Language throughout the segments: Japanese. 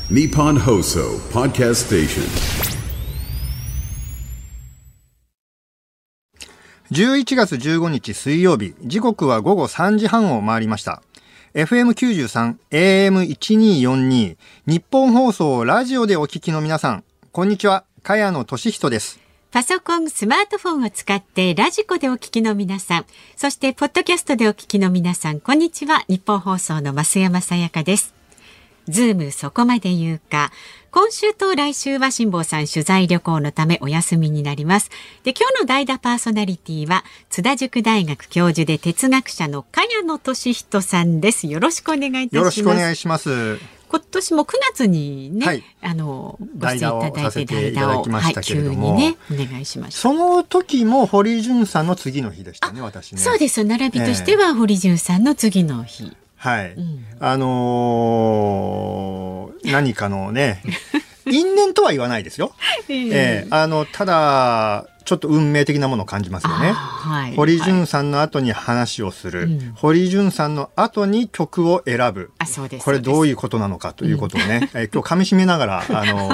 Nippon Hoso Podcast Station。 11月15日水曜日、時刻は午後3時半を回りました。FM93、AM1242、日本放送ラジオでお聞きの皆さん、こんにちは、茅野俊人です。 パソコン、スマートフォンを使ってラジコでお聞きの皆さん、そしてポッドキャストでお聞きの皆さん、こんにちは。日本放送の増山さやかです。ズームそこまで言うか。今週と来週は辛坊さん取材旅行のためお休みになります。で、今日の代打パーソナリティは津田塾大学教授で哲学者の茅野俊人さんです。よろしくお願いいたします。 よろしくお願いします。 今年も9月にね、 はい、 ご出演いただいて代打をさせていただきましたけれども、 急にねお願いしました。 その時も堀潤さんの次の日でしたね、私ね。 そうです。並びとしては堀潤さんの次の日。 はい、何かのね因縁とは言わないですよ、ただちょっと運命的なものを感じますよね、堀潤さんの後に話をする、堀潤さんの後に曲を選ぶ、 そうです。 これどういうことなのかということをね、今日噛み締めながら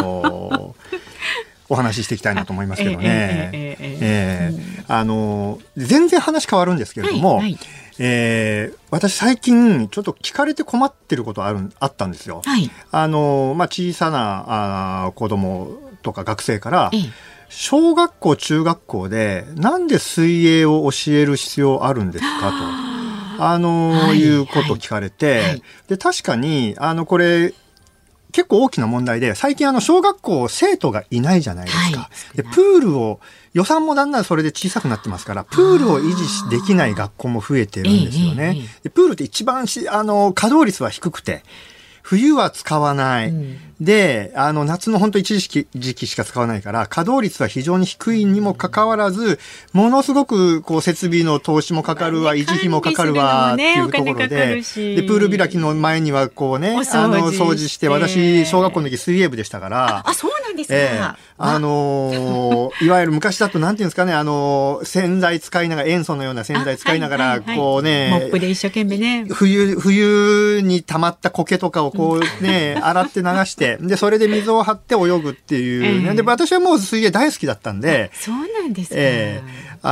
お話ししていきたいなと思いますけどね。全然話変わるんですけれども、私最近ちょっと聞かれて困ってることあったんですよ。小さな子供とか学生から、小学校中学校でなんで水泳を教える必要あるんですかということを聞かれて、で確かにこれ結構大きな問題で、最近小学校生徒がいないじゃないですか。でプールを予算もだんだんそれで小さくなってますから、プールを維持できない学校も増えてるんですよね。でプールって一番稼働率は低くて、冬は使わない。で、夏の本当一時期しか使わないから、稼働率は非常に低いにもかかわらず、ものすごく設備の投資もかかるわ、維持費もかかるわ、っていうところで、で、プール開きの前には掃除して、私、小学校の時水泳部でしたから、 そうなんですか。 いわゆる昔だとなんていうんですかね、洗剤使いながら、塩素のような洗剤使いながら、 モップで一生懸命ね。 冬に溜まった苔とかを洗って流して、で、それで水を張って泳ぐっていう、で、私はもう水泳大好きだったんで、 そうなんですか。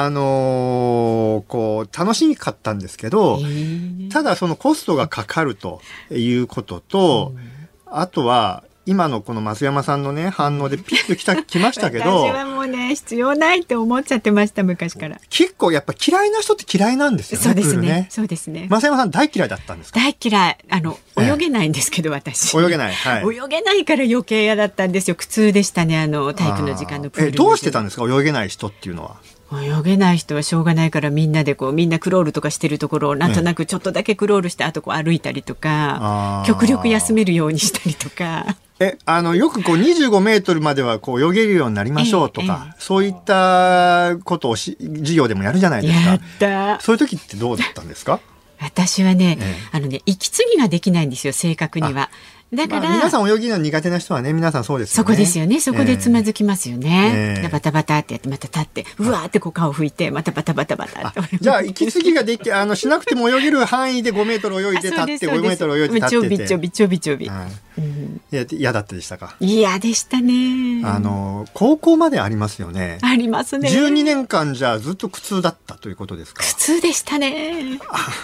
楽しかったんですけど、ただそのコストがかかるということと、あとは、今のこの増山さんのね反応でピッときましたけど私はもうね必要ないって思っちゃってました、昔から。 結構やっぱ嫌いな人って嫌いなんですよね。 そうですね。そうですね。 増山さん大嫌いだったんですか？ 大嫌い。泳げないんですけど、私泳げない、 泳げないから余計嫌だったんですよ。苦痛でしたね、体育の時間のプール。 どうしてたんですか、泳げない人っていうのは。 泳げない人はしょうがないから、みんなでみんなクロールとかしてるところをなんとなくちょっとだけクロールして、あと歩いたりとか、極力休めるようにしたりとか。 よく25メートルまでは泳げるようになりましょうとか、そういったことを授業でもやるじゃないですか。 やった。 そういう時ってどうだったんですか？ 私はね、息継ぎができないんですよ、正確には。だから、 皆さん泳ぎの苦手な人はね、皆さんそうですよね。 そこですよね。そこでつまずきますよね。バタバタってやって、また立って、うわーって顔拭いて、またバタバタバタって。 じゃあ、息継ぎができ、しなくても泳げる範囲で5メートル泳いで立って、5メートル泳いで立ってて。 ちょびちょびちょび。 嫌だったでしたか？ 嫌でしたね。 高校までありますよね。 ありますね。 12年間じゃずっと苦痛だったということですか？ 苦痛でしたね。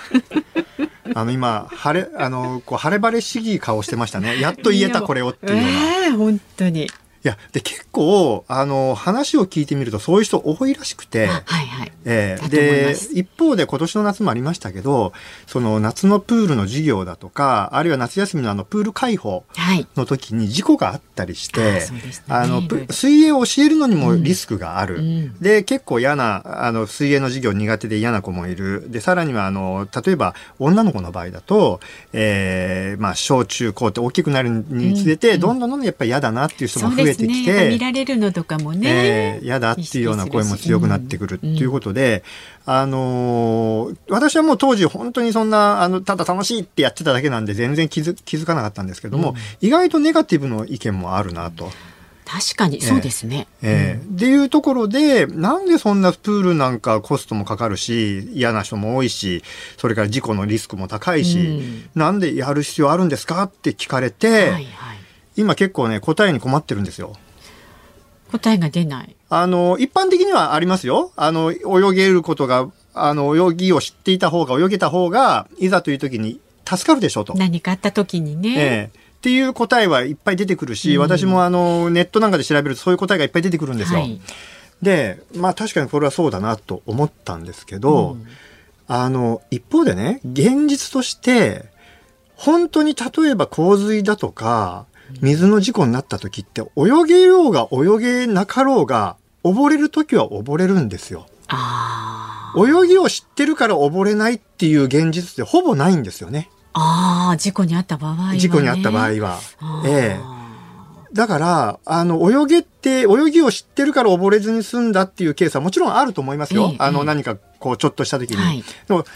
今晴れ晴れしぎ顔してましたね。やっと言えたこれをっていうような。 本当に。 で結構話を聞いてみるとそういう人多いらしくて、で一方で今年の夏もありましたけど、その夏のプールの授業だとか、あるいは夏休みのプール開放の時に事故があったりして、水泳を教えるのにもリスクがある、で結構嫌な水泳の授業苦手で嫌な子もいる。でさらには例えば女の子の場合だと、小中高って大きくなるにつれて、どんどんやっぱり嫌だなっていう人も増えてきて、 見られるのとかもね、 嫌だっていうような声も強くなってくるっていうことで、私はもう当時本当にそんなただ楽しいってやってただけなんで全然気づかなかったんですけども、意外とネガティブの意見もあるなと。 確かにそうですね。 っていうところで、なんでそんなプールなんかコストもかかるし、嫌な人も多いし、それから事故のリスクも高いし、なんでやる必要あるんですかって聞かれて、 今結構ね、答えに困ってるんですよ。 答えが出ない。 一般的にはありますよ。泳げることが、泳ぎを知っていた方が、泳げた方が、いざという時に助かるでしょうと。 何かあった時にね。 っていう答えはいっぱい出てくるし、私もネットなんかで調べるとそういう答えがいっぱい出てくるんですよ。はい、で、まあ確かにこれはそうだなと思ったんですけど、一方でね、現実として、本当に例えば洪水だとか、水の事故になった時って、泳げようが泳げなかろうが、溺れる時は溺れるんですよ。泳ぎを知ってるから溺れないっていう現実ってほぼないんですよね。 事故に遭った場合は、ね。 事故に遭った場合は。だから、泳ぎを知ってるから溺れずに済んだっていうケースはもちろんあると思いますよ。何かこう、ちょっとした時に。はい、でも、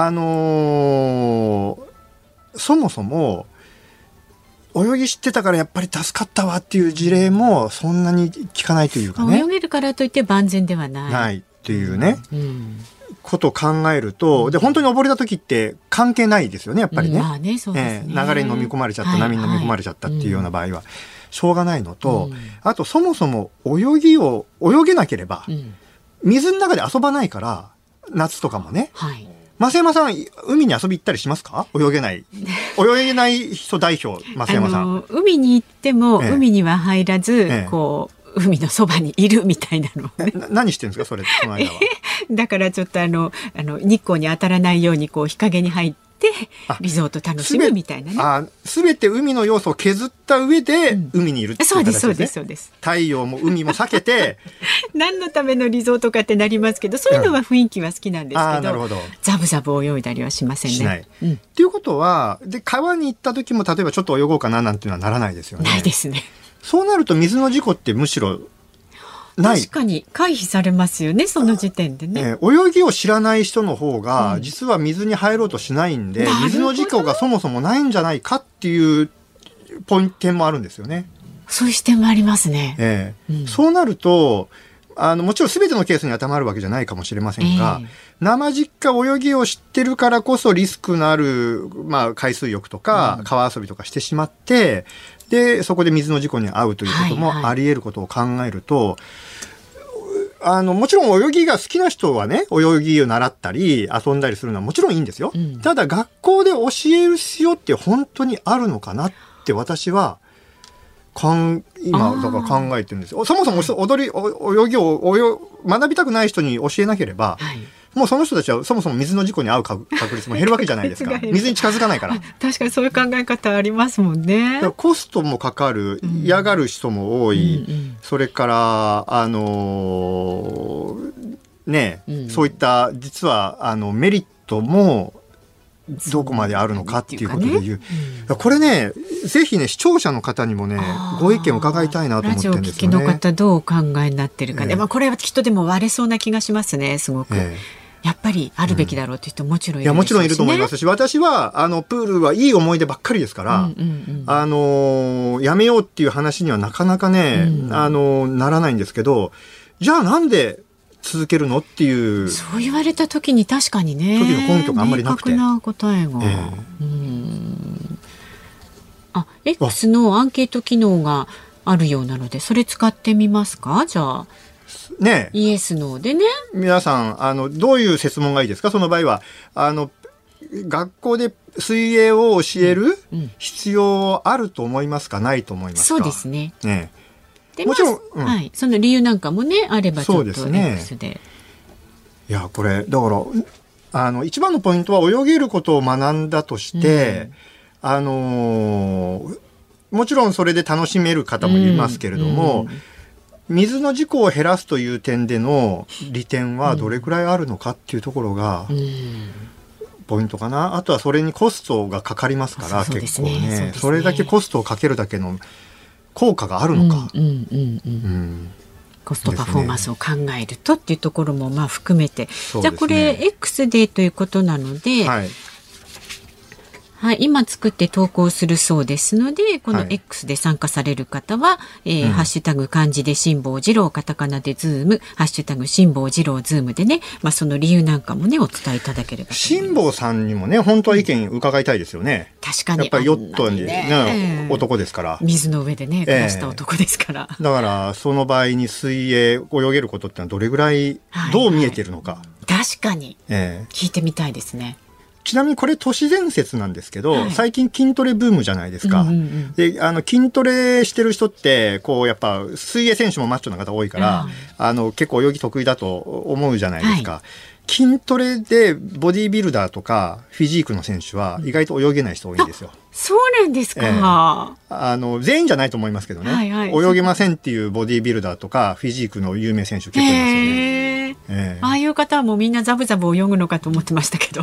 そもそも、泳ぎ知ってたからやっぱり助かったわっていう事例もそんなに聞かないというかね。 泳げるからといって万全ではない。 ないっていうね。ことを考えると、で、本当に溺れた時って関係ないですよね、やっぱりね。 そうですね。 流れに飲み込まれちゃった、波に飲み込まれちゃったっていうような場合は、しょうがないのと、あとそもそも泳げなければ、水の中で遊ばないから、夏とかもね。増山さん、海に遊び行ったりしますか？泳げない人代表、増山さん。 海に行っても、海には入らず、こう、海のそばにいるみたいなの、ね。 何してるんですか、それ、この間は。 だからちょっと日光に当たらないように、こう、日陰に入って、リゾート楽しむみたいなね。 すべて海の要素を削った上で、海にいるっていう形ですね。 そうです。 太陽も海も避けて。 何のためのリゾートかってなりますけど、そういうのは雰囲気は好きなんですけど、 なるほど。 ザブザブ泳いだりはしませんね。 しない。っていうことは、で、川に行った時も、例えばちょっと泳ごうかななんていうのはならないですよね。 ないですね。 そうなると水の事故ってむしろ、 確かに回避されますよね、その時点でね。 泳ぎを知らない人の方が、実は水に入ろうとしないんで、水の事故がそもそもないんじゃないかっていう点もあるんですよね。 そういう視点もありますね。 そうなると、もちろん全てのケースに当てはまるわけじゃないかもしれませんが、生実家泳ぎを知ってるからこそリスクのある、海水浴とか川遊びとかしてしまって、で、そこで水の事故に遭うということもあり得ることを考えると、もちろん泳ぎが好きな人はね、泳ぎを習ったり遊んだりするのはもちろんいいんですよ。ただ学校で教える必要って本当にあるのかなって私は今だから考えてるんですよ。そもそも泳ぎを学びたくない人に教えなければ、もうその人たちはそもそも水の事故に遭う確率も減るわけじゃないですか。水に近づかないから。 確かにそういう考え方ありますもんね。 コストもかかる、嫌がる人も多い、それからそういった実はメリットもどこまであるのかっていうことで言う。これね、ぜひね、視聴者の方にもね、ご意見を伺いたいなと思ってるんですよね。 ラジオ聞きの方どうお考えになってるかね。これはきっとでも割れそうな気がしますね、すごく。やっぱりあるべきだろうって人もちろんいるでしょうしね。いや、もちろんいると思いますし、 私はプールはいい思い出ばっかりですから、やめようっていう話にはなかなかね、ならないんですけど、じゃあなんで続けるのっていう。 そう言われた時に確かにね。 時の根拠があんまりなくて。 明確な答えが。X のアンケート機能があるようなので、それ使ってみますか？じゃあ。 ね、 イエスノーでね。 皆さんどういう設問がいいですか？その場合は学校で水泳を教える必要あると思いますか？ないと思いますか？ そうですね。 もちろん、 その理由なんかもねあればちょっと X で。 いや、これだから一番のポイントは泳げることを学んだとして、もちろんそれで楽しめる方もいますけれども。水の事故を減らすという点での利点はどれくらいあるのかっていうところがポイントかな。あとはそれにコストがかかりますから、結構ね。それだけコストをかけるだけの効果があるのか。 コストパフォーマンスを考えるとっていうところも含めて。じゃあこれ X でということなので、 はい、今作って投稿するそうですので、この X で参加される方は、ハッシュタグ漢字で辛坊治郎、カタカナでズーム、ハッシュタグ辛坊治郎ズームでね、その理由なんかもね、お伝えいただければと思います。 辛坊さんにもね、本当は意見伺いたいですよね。 確かに。 やっぱりヨットにね、男ですから。 水の上でね、暮らした男ですから。 だから、その場合に水泳、泳げることってのはどれぐらい、どう見えてるのか。 確かに。聞いてみたいですね。 ちなみにこれ都市伝説なんですけど、最近筋トレブームじゃないですか。で、筋トレしてる人って、こうやっぱ水泳選手もマッチョな方多いから、結構泳ぎ得意だと思うじゃないですか。筋トレでボディービルダーとかフィジークの選手は意外と泳げない人多いんですよ。 そうなんですか。 全員じゃないと思いますけどね、泳げませんっていうボディービルダーとかフィジークの有名選手結構いますよね。 ああいう方はもうみんなザブザブ泳ぐのかと思ってましたけど。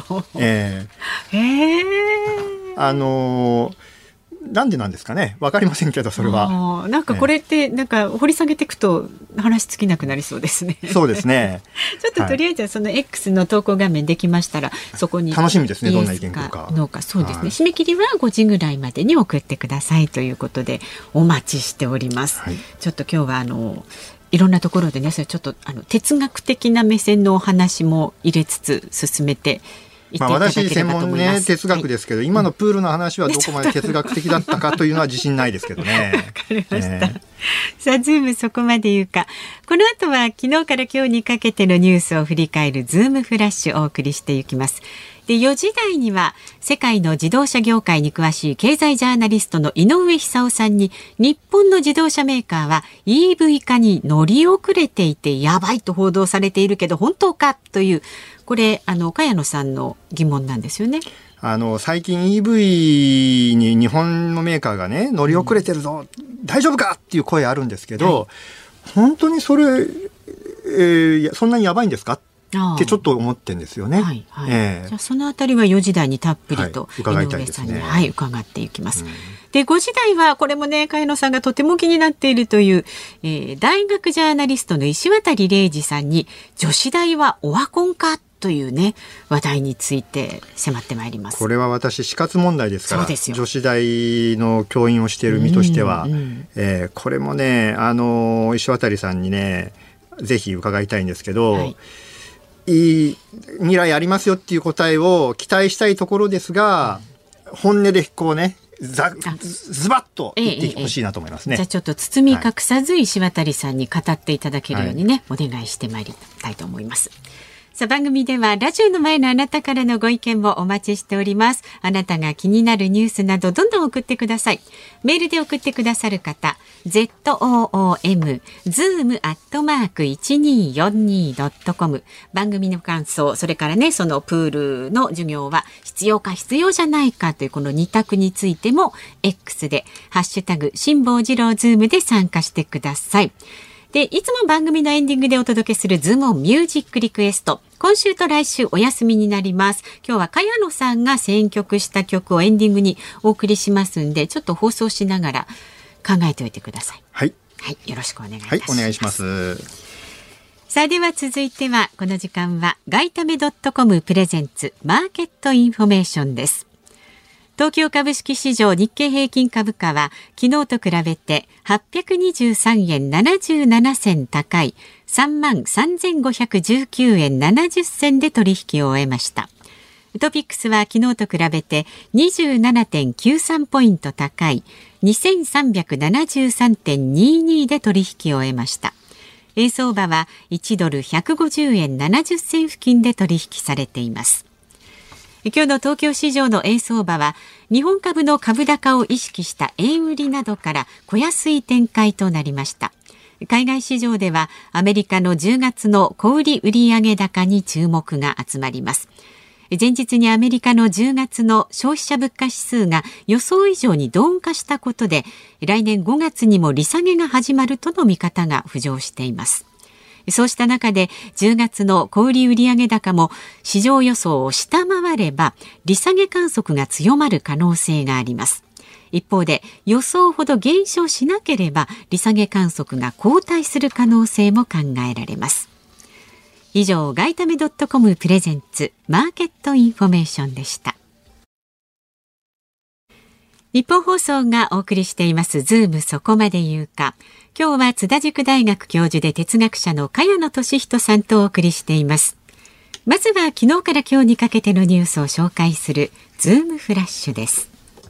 なんでなんですかね。わかりませんけど、それは。 なんかこれって、なんか掘り下げていくと話尽きなくなりそうですね。 そうですね。 ちょっととりあえずその X の投稿画面できましたら、そこに。 楽しみですね、どんな意見か。 そうですね。締め切りは5時ぐらいまでに送ってくださいということで、お待ちしております。ちょっと今日はいろんなところでね、それちょっと哲学的な目線のお話も入れつつ進めて私専門ね哲学ですけど、今のプールの話はどこまで哲学的だったかというのは自信ないですけどね。 わかりました。さあズームそこまで言うか。この後は昨日から今日にかけてのニュースを振り返るズームフラッシュをお送りしていきます。で4時台には世界の自動車業界に詳しい経済ジャーナリストの井上久夫さんに、日本の自動車メーカーは EV 化に乗り遅れていてやばいと報道されているけど本当かという、これ茅野さんの疑問なんですよね。 最近 EV に日本のメーカーがね乗り遅れてるぞ、大丈夫かっていう声あるんですけど、本当にそれ、そんなにやばいんですかってちょっと思ってんですよね。 じゃあそのあたりは4時台にたっぷりと井上さんに、伺っていきます。で5時台はこれもね茅野さんがとても気になっているという、大学ジャーナリストの石渡礼二さんに、女子大はオワコンかというね話題について迫ってまいります。 これは私死活問題ですから、女子大の教員をしている身としては、これもね石渡さんにねぜひ伺いたいんですけど、いい未来ありますよっていう答えを期待したいところですが、本音でこうねズバッと言ってほしいなと思いますね。 じゃあちょっと包み隠さず石渡さんに語っていただけるようにね、お願いしてまいりたいと思います。さあ番組ではラジオの前のあなたからのご意見もお待ちしております。あなたが気になるニュースなどどんどん送ってください。メールで送ってくださる方、zoom@1242.com、 番組の感想、それからねそのプールの授業は必要か必要じゃないかというこの2択についても X でハッシュタグ辛坊治郎ズームで参加してください。でいつも番組のエンディングでお届けするズームオンミュージックリクエスト、今週と来週お休みになります。今日は茅野さんが選曲した曲をエンディングにお送りしますんで、ちょっと放送しながら考えておいてください。 はい、 よろしくお願いいたします。 お願いします。 さあでは続いてはこの時間はガイタメ.comプレゼンツマーケットインフォメーションです。東京株式市場日経平均株価は昨日と比べて823円77銭高い 33,519 円70銭で取引を終えました。トピックスは昨日と比べて 27.93 ポイント高い 2373.22 で取引を終えました。円相場は1ドル150円70銭付近で取引されています。今日の東京市場の円相場は日本株の株高を意識した円売りなどから小安い展開となりました。海外市場ではアメリカの10月の小売売上高に注目が集まります。前日にアメリカの10月の消費者物価指数が予想以上に鈍化したことで、来年5月にも利下げが始まるとの見方が浮上しています。そうした中で10月の小売売上高も市場予想を下回れば利下げ観測が強まる可能性があります。一方で予想ほど減少しなければ利下げ観測が後退する可能性も考えられます。以上、ガイタメ.comプレゼンツマーケットインフォメーションでした。 日本放送がお送りしていますズームそこまで言うか。今日は津田塾大学教授で哲学者の茅野俊人さんとお送りしています。まずは昨日から今日にかけてのニュースを紹介するズームフラッシュです。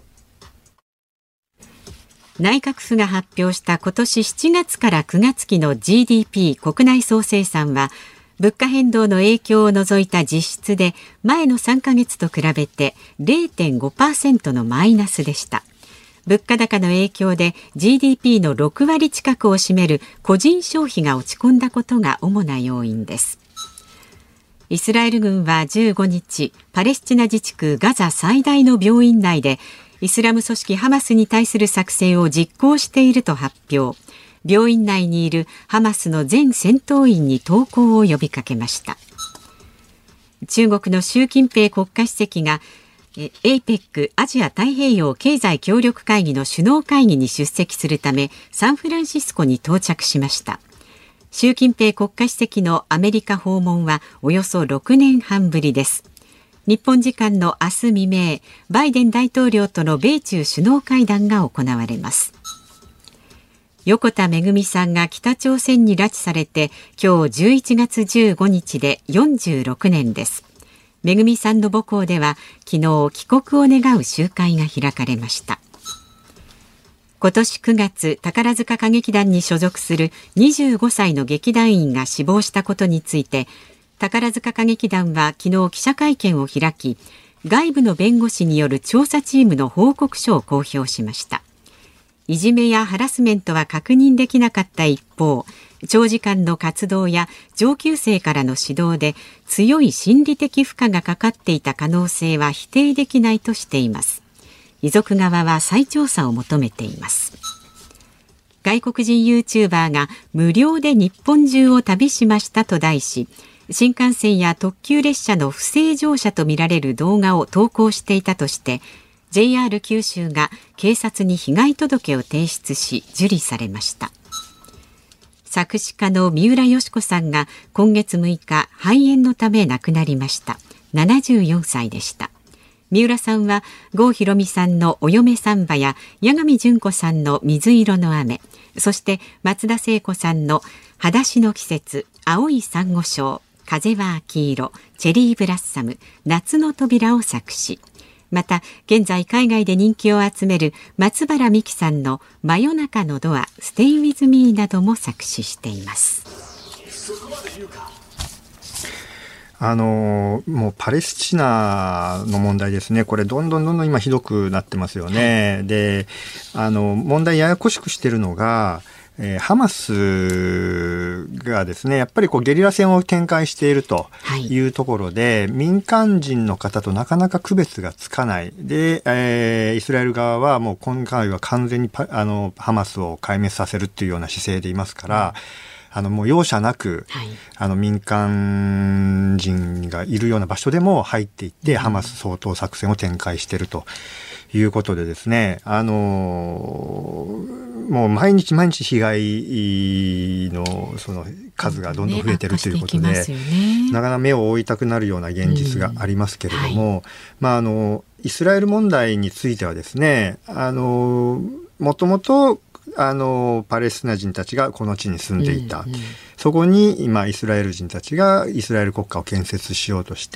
内閣府が発表した今年7月から9月期の GDP 国内総生産は物価変動の影響を除いた実質で前の3ヶ月と比べて 0.5% のマイナスでした。物価高の影響で GDP の6割近くを占める個人消費が落ち込んだことが主な要因です。イスラエル軍は15日、パレスチナ自治区ガザ最大の病院内でイスラム組織ハマスに対する作戦を実行していると発表。病院内にいるハマスの全戦闘員に投降を呼びかけました。中国の習近平国家主席がAPEC アジア太平洋経済協力会議の首脳会議に出席するためサンフランシスコに到着しました。習近平国家主席のアメリカ訪問はおよそ6年半ぶりです。日本時間の明日未明、バイデン大統領との米中首脳会談が行われます。横田めぐみさんが北朝鮮に拉致されて今日11月15日で46年です。めぐみさんの母校では昨日帰国を願う集会が開かれました。今年9月、宝塚歌劇団に所属する25歳の劇団員が死亡したことについて、宝塚歌劇団は昨日記者会見を開き、外部の弁護士による調査チームの報告書を公表しました。いじめやハラスメントは確認できなかった一方、長時間の活動や上級生からの指導で強い心理的負荷がかかっていた可能性は否定できないとしています。遺族側は再調査を求めています。外国人 YouTuber が無料で日本中を旅しましたと題し、新幹線や特急列車の不正乗車とみられる動画を投稿していたとして、JR 九州が警察に被害届を提出し受理されました。作詞家の三浦佳子さんが今月6日肺炎のため亡くなりました。74歳でした。三浦さんは郷ひろみさんのお嫁サンバや八神純子さんの水色の雨、そして松田聖子さんの裸足の季節、青い珊瑚礁、風は秋色、チェリーブラッサム、夏の扉を作詞。また現在海外で人気を集める松原美樹さんの真夜中のドア、ステイウィズミーなども作詞しています。 もうパレスチナの問題ですね。これどんどん今ひどくなってますよね。で、問題ややこしくしてるのが、ハマスがですね、やっぱりゲリラ戦を展開しているというところで、民間人の方となかなか区別がつかない。で、イスラエル側はもう今回は完全にハマスを壊滅させるっていうような姿勢でいますから、もう容赦なく、民間人がいるような場所でも入っていって、ハマス掃討作戦を展開しているということでですね、もう毎日被害のその数がどんどん増えてるということで、なかなか目を覆いたくなるような現実がありますけれども、イスラエル問題についてはですね、もともとパレスチナ人たちがこの地に住んでいた、そこに今イスラエル人たちがイスラエル国家を建設しようとして、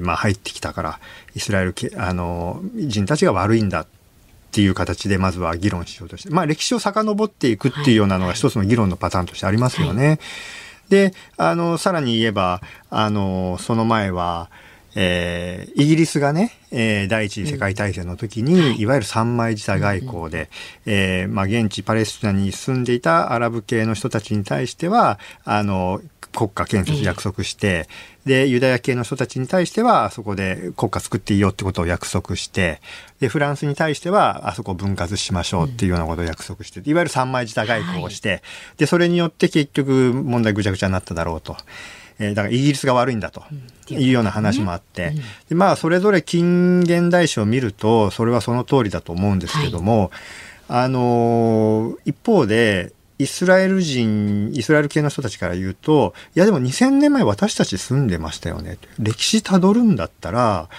入ってきたからイスラエル人たちが悪いんだっていう形でまずは議論しようとして、歴史を遡っていくっていうようなのが一つの議論のパターンとしてありますよね。で、さらに言えばその前はイギリスがね、第一次世界大戦の時に、いわゆる三枚舌外交で、現地パレスチナに住んでいたアラブ系の人たちに対しては国家建設約束して、でユダヤ系の人たちに対してはそこで国家作っていいよってことを約束して、でフランスに対してはあそこを分割しましょうっていうようなことを約束して、いわゆる三枚舌外交をして、でそれによって結局問題ぐちゃぐちゃになっただろうと。だからイギリスが悪いんだというような話もあって、でそれぞれ近現代史を見るとそれはその通りだと思うんですけども、一方でイスラエル系の人たちから言うと、いやでも2000年前私たち住んでましたよね。歴史たどるんだったら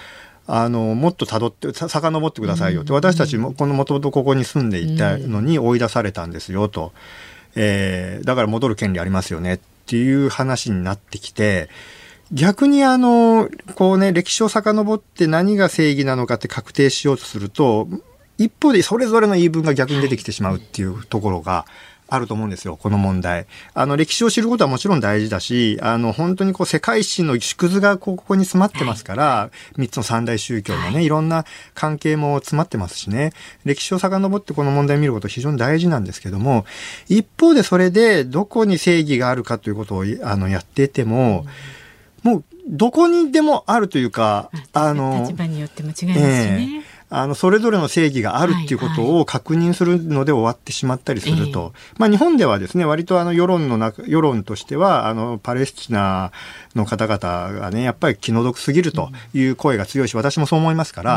もっと辿って遡ってくださいよって、私たちももともとここに住んでいたのに追い出されたんですよと、だから戻る権利ありますよねっていう話になってきて、逆にこうね、歴史を遡って何が正義なのかって確定しようとすると、一方でそれぞれの言い分が逆に出てきてしまうっていうところがあると思うんですよ、この問題。歴史を知ることはもちろん大事だし、本当にこう世界史の縮図がここに詰まってますから、3つの三大宗教のね、いろんな関係も詰まってますしね、歴史を遡ってこの問題を見ることは非常に大事なんですけども、一方でそれでどこに正義があるかということをやっていても、もうどこにでもあるというか、 立場によっても違いますしね。 それぞれの正義があるっていうことを確認するので終わってしまったりすると、日本ではですね、割と世論としてはパレスチナの方々がね、やっぱり気の毒すぎるという声が強いし、私もそう思いますから、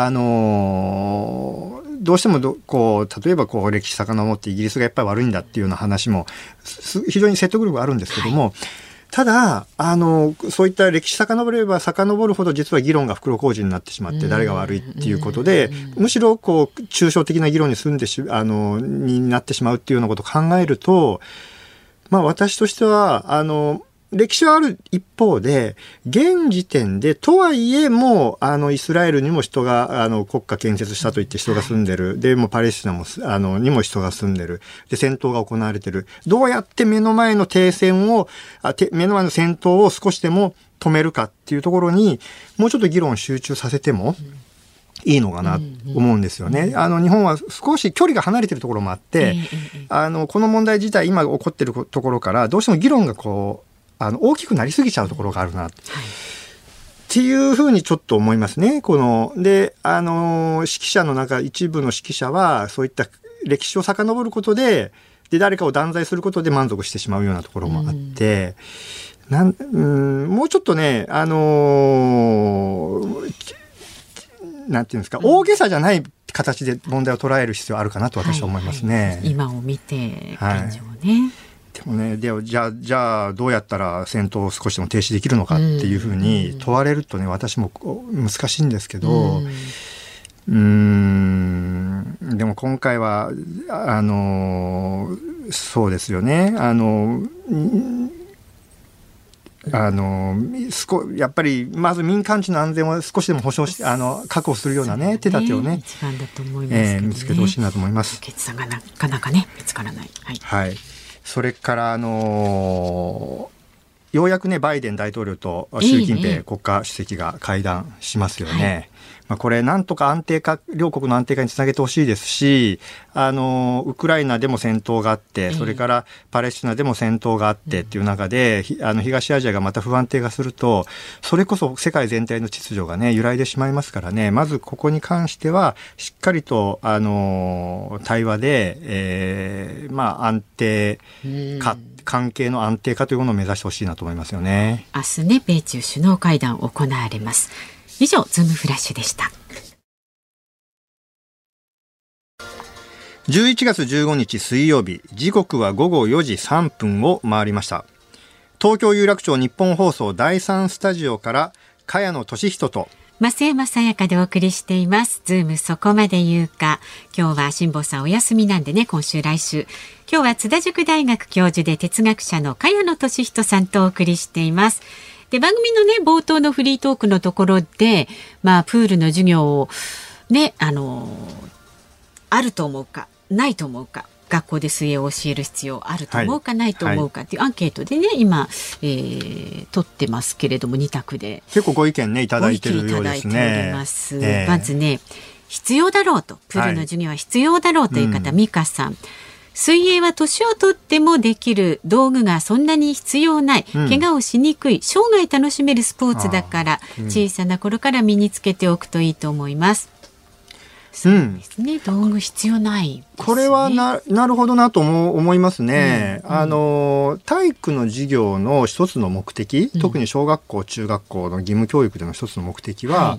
どうしても例えば歴史遡ってイギリスがやっぱり悪いんだっていうような話も非常に説得力があるんですけども、ただそういった歴史遡れば遡るほど実は議論が袋小路になってしまって、誰が悪いっていうことで、むしろ抽象的な議論になってしまうっていうようなことを考えると、私としては歴史はある一方で、現時点でとはいえもうイスラエルにも人が国家建設したと言って人が住んでる、でもパレスチナもにも人が住んでる、で戦闘が行われてる、どうやって目の前の戦闘を少しでも止めるかっていうところにもうちょっと議論を集中させてもいいのかなと思うんですよね。日本は少し距離が離れてるところもあって、この問題自体今起こってるところからどうしても議論が大きくなりすぎちゃうところがあるな、っていうふうにちょっと思いますね。指揮者の一部の指揮者はそういった歴史を遡ることで誰かを断罪することで満足してしまうようなところもあって、もうちょっとね、なんていうんですか、大げさじゃない形で問題を捉える必要あるかなと私は思いますね。 今を見て現状ね。 でもね、じゃあどうやったら戦闘を少しでも停止できるのかっていうふうに問われるとね、私も難しいんですけど、でも今回はそうですよね、やっぱりまず民間地の安全を少しでも保障し確保するようなね、手立てをね、 一番だと思いますけどね、 見つけてほしいなと思います。 決断がなかなかね見つからない。 はい。それからようやくね、バイデン大統領と習近平国家主席が会談しますよね。これなんとか両国の安定化につなげてほしいですし、ウクライナでも戦闘があって、それからパレスチナでも戦闘があってっていう中で、東アジアがまた不安定化すると、それこそ世界全体の秩序がね揺らいでしまいますからね、まずここに関してはしっかりと対話で、安定化、関係の安定化というものを目指してほしいなと思いますよね。 明日ね、米中首脳会談行われます。以上、ズームフラッシュでした。 11月15日水曜日、時刻は午後4時3分を回りました。東京有楽町日本放送第3スタジオから茅野俊人と増山さやかでお送りしています。ズームそこまで言うか。今日は辛坊さんお休みなんでね、今週来週。今日は津田塾大学教授で哲学者の茅野俊人さんとお送りしています。で、番組のね、冒頭のフリートークのところで、プールの授業をね、あると思うか、ないと思うか、学校で水泳を教える必要あると思うか、ないと思うかっていうアンケートでね、今、取ってますけれども、2択で。 結構ご意見ね、いただいてるようですね。 ご意見いただいております。まずね、必要だろうと、プールの授業は必要だろうという方、美香さん。水泳は年をとってもできる、道具がそんなに必要ない、怪我をしにくい、生涯楽しめるスポーツだから、小さな頃から身につけておくといいと思います。そうですね、道具必要ないですね。 これはなるほどなと思いますね。体育の授業の一つの目的、特に小学校中学校の義務教育での一つの目的は、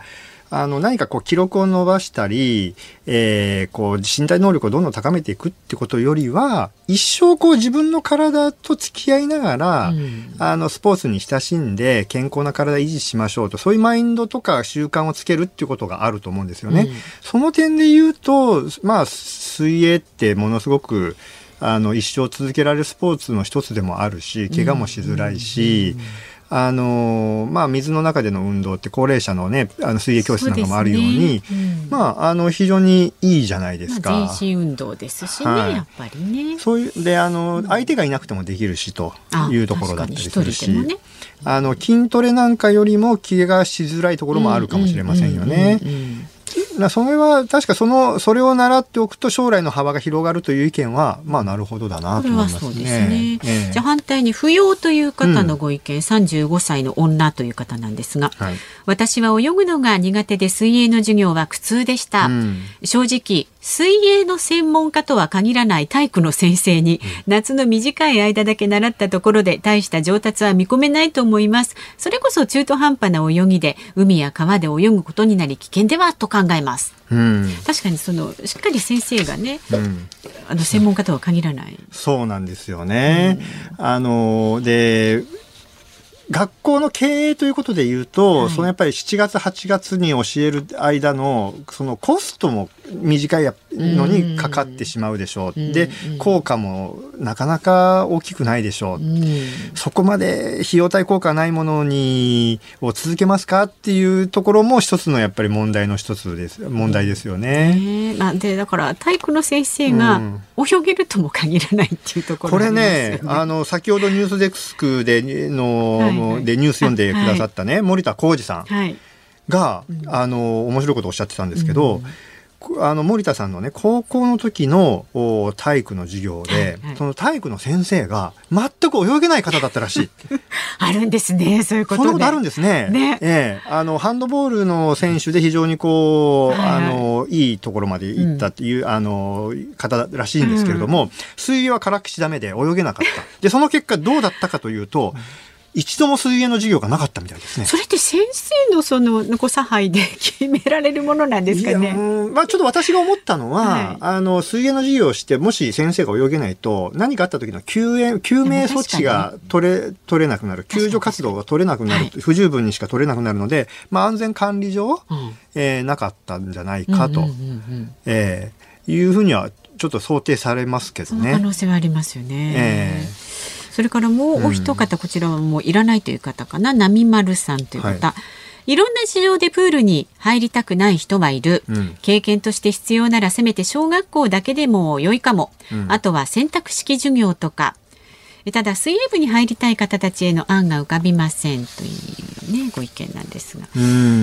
何かこう記録を伸ばしたり、こう身体能力をどんどん高めていくってことよりは、一生こう自分の体と付き合いながら、スポーツに親しんで健康な体を維持しましょうと、そういうマインドとか習慣をつけるっていうことがあると思うんですよね。その点で言うと、水泳ってものすごく一生続けられるスポーツの一つでもあるし、怪我もしづらいし、水の中での運動って高齢者のね、水泳教室なんかもあるように、非常にいいじゃないですか。 全身運動ですしね、やっぱりね。 そういう、で、相手がいなくてもできるしというところだったりするし、筋トレなんかよりも怪我しづらいところもあるかもしれませんよね。それは確かそれを習っておくと将来の幅が広がるという意見はなるほどだなと思いますね。 そうですね。じゃあ反対に不要という方のご意見、35歳の女という方なんですが、私は泳ぐのが苦手で水泳の授業は苦痛でした。正直水泳の専門家とは限らない体育の先生に夏の短い間だけ習ったところで大した上達は見込めないと思います。それこそ中途半端な泳ぎで海や川で泳ぐことになり危険ではと考えます。確かにしっかり先生がね、専門家とは限らない。 そうなんですよね。で、学校の経営ということで言うと、やっぱり7月8月に教える間のコストも短いのにかかってしまうでしょう。で、効果もなかなか大きくないでしょう。そこまで費用対効果ないものを続けますかっていうところも一つのやっぱり問題ですよね。 で、だから体育の先生が泳げるとも限らないっていうところがありますよね。これね、先ほどニュースデスクでニュース読んでくださったね、森田浩二さんが、面白いことをおっしゃってたんですけど、森田さんのね、高校の時の体育の授業で、その体育の先生が全く泳げない方だったらしい。あるんですね、そういうことで。 そんなことあるんですね。ハンドボールの選手で非常にいいところまで行ったっていう、方らしいんですけれども、水泳はからっきしダメで泳げなかった。で、その結果どうだったかというと、一度も水泳の授業がなかったみたいですね。 それって先生の残さ配で決められるものなんですかね。 ちょっと私が思ったのは、水泳の授業をしてもし先生が泳げないと何かあった時の救命措置が取れなくなる、救助活動が取れなくなる、不十分にしか取れなくなるので、安全管理上、なかったんじゃないかというふうにはちょっと想定されますけどね。 その可能性はありますよね。それからもうお一方、こちらはもういらないという方かな、波丸さんという方、いろんな事情でプールに入りたくない人はいる、経験として必要ならせめて小学校だけでも良いかも、あとは選択式授業とか、ただ水泳部に入りたい方たちへの案が浮かびませんというね、ご意見なんですが、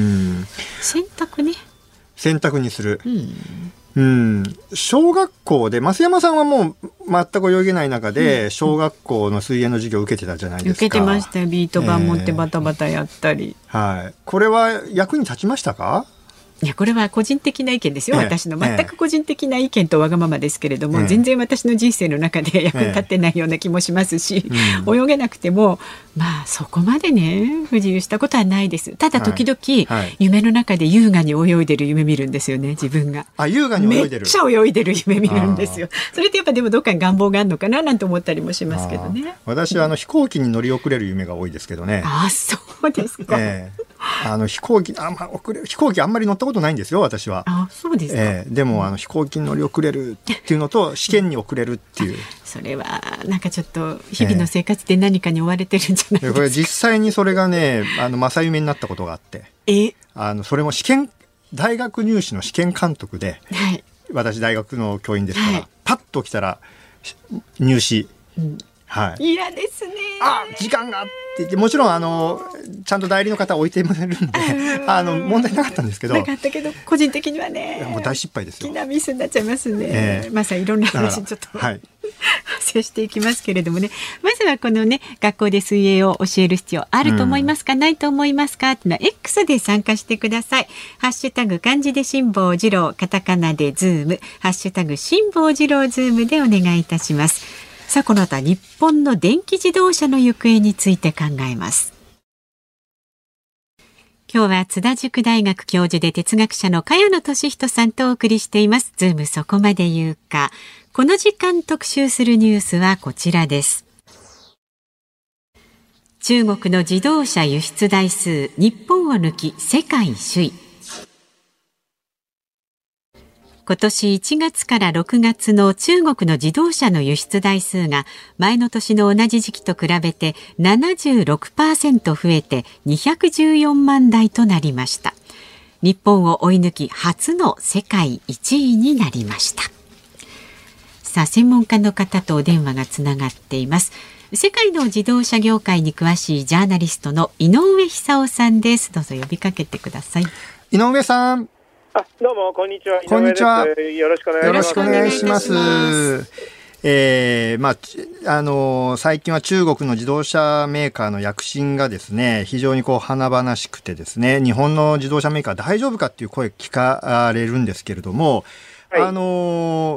選択にする、小学校で増山さんはもう全く泳げない中で小学校の水泳の授業を受けてたじゃないですか。 受けてましたよ。ビート板持ってバタバタやったり、 これは役に立ちましたか？ いや、これは個人的な意見ですよ、私の全く個人的な意見とわがままですけれども、全然私の人生の中で役に立ってないような気もしますし、泳げなくてもそこまでね不自由したことはないです。ただ時々、夢の中で優雅に泳いでる夢見るんですよね、自分が。 優雅に泳いでる、 めっちゃ泳いでる夢見るんですよ。それってやっぱでもどっかに願望があるのかななんて思ったりもしますけどね。 私は飛行機に乗り遅れる夢が多いですけどね。 そうですか。 飛行機あんまり乗ったことないんですよ、私は。 そうですか。 でも飛行機に乗り遅れるっていうのと試験に遅れるっていう、 それはなんかちょっと日々の生活で何かに追われてるんじゃないですか。 これ実際にそれがね正夢になったことがあって、それも大学入試の試験監督で、私大学の教員ですから、パッと起きたら入試、 嫌ですね。 時間がって言って、もちろんちゃんと代理の方置いてもらえるんで問題なかったんですけど、 なかったけど個人的にはねもう大失敗ですよ。 大きなミスになっちゃいますね。いろんな話ちょっと発生していきますけれどもね、まずはこのね、学校で水泳を教える必要あると思いますか、ないと思いますかっていうのは X で参加してください。ハッシュタグ漢字で辛坊治郎、カタカナでズーム、ハッシュタグ辛坊治郎ズームでお願いいたします。さあ、この後は日本の電気自動車の行方について考えます。 今日は津田塾大学教授で哲学者の茅野俊人さんとお送りしています。ズームそこまで言うか。この時間特集するニュースはこちらです。中国の自動車輸出台数、日本を抜き世界首位。今年1月から6月の中国の自動車の輸出台数が前の年の同じ時期と比べて 76% 増えて214万台となりました。日本を追い抜き初の世界1位になりました。さあ、専門家の方とお電話がつながっています。世界の自動車業界に詳しいジャーナリストの井上久夫さんです。どうぞ呼びかけてください。 井上さん。 どうもこんにちは。 こんにちは。 よろしくお願いします。 最近は中国の自動車メーカーの躍進がですね、非常に華々しくてですね、日本の自動車メーカー大丈夫かっていう声聞かれるんですけれども、はい、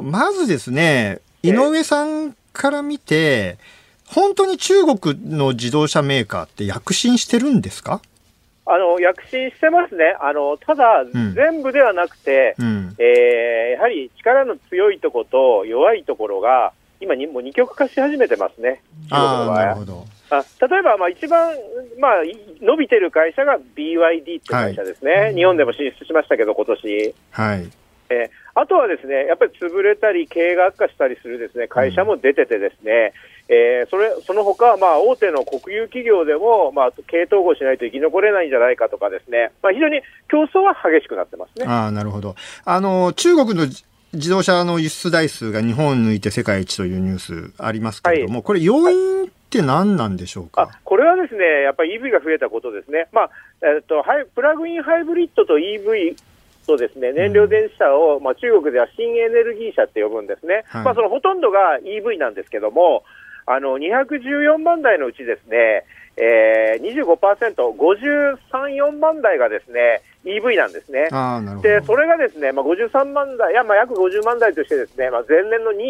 まずですね、井上さんから見て、本当に中国の自動車メーカーって躍進してるんですか？ 躍進してますね。ただ、全部ではなくて、やはり力の強いところと弱いところが、今もう二極化し始めてますね。 なるほど。 例えば、一番、伸びてる会社が BYD って会社ですね。はい、日本でも進出しましたけど、今年。 はい。 あとはですね、やっぱり潰れたり、経営が悪化したりするですね、会社も出ててですね、その他、大手の国有企業でも、経営統合しないと生き残れないんじゃないかとかですね、非常に競争は激しくなってますね。 なるほど。中国の自動車の輸出台数が日本を抜いて世界一というニュースありますけれども、はい、これ要因って何なんでしょうか？ これはですね、やっぱり EV が増えたことですね。プラグインハイブリッドと EVとですね、燃料電池車を、中国では新エネルギー車って呼ぶんですね。はい、そのほとんどが EV なんですけども、214万台のうちですね、25%、53、4万台がですね、EV なんですね。で、それがですね、53万台、約50万台としてですね、前年の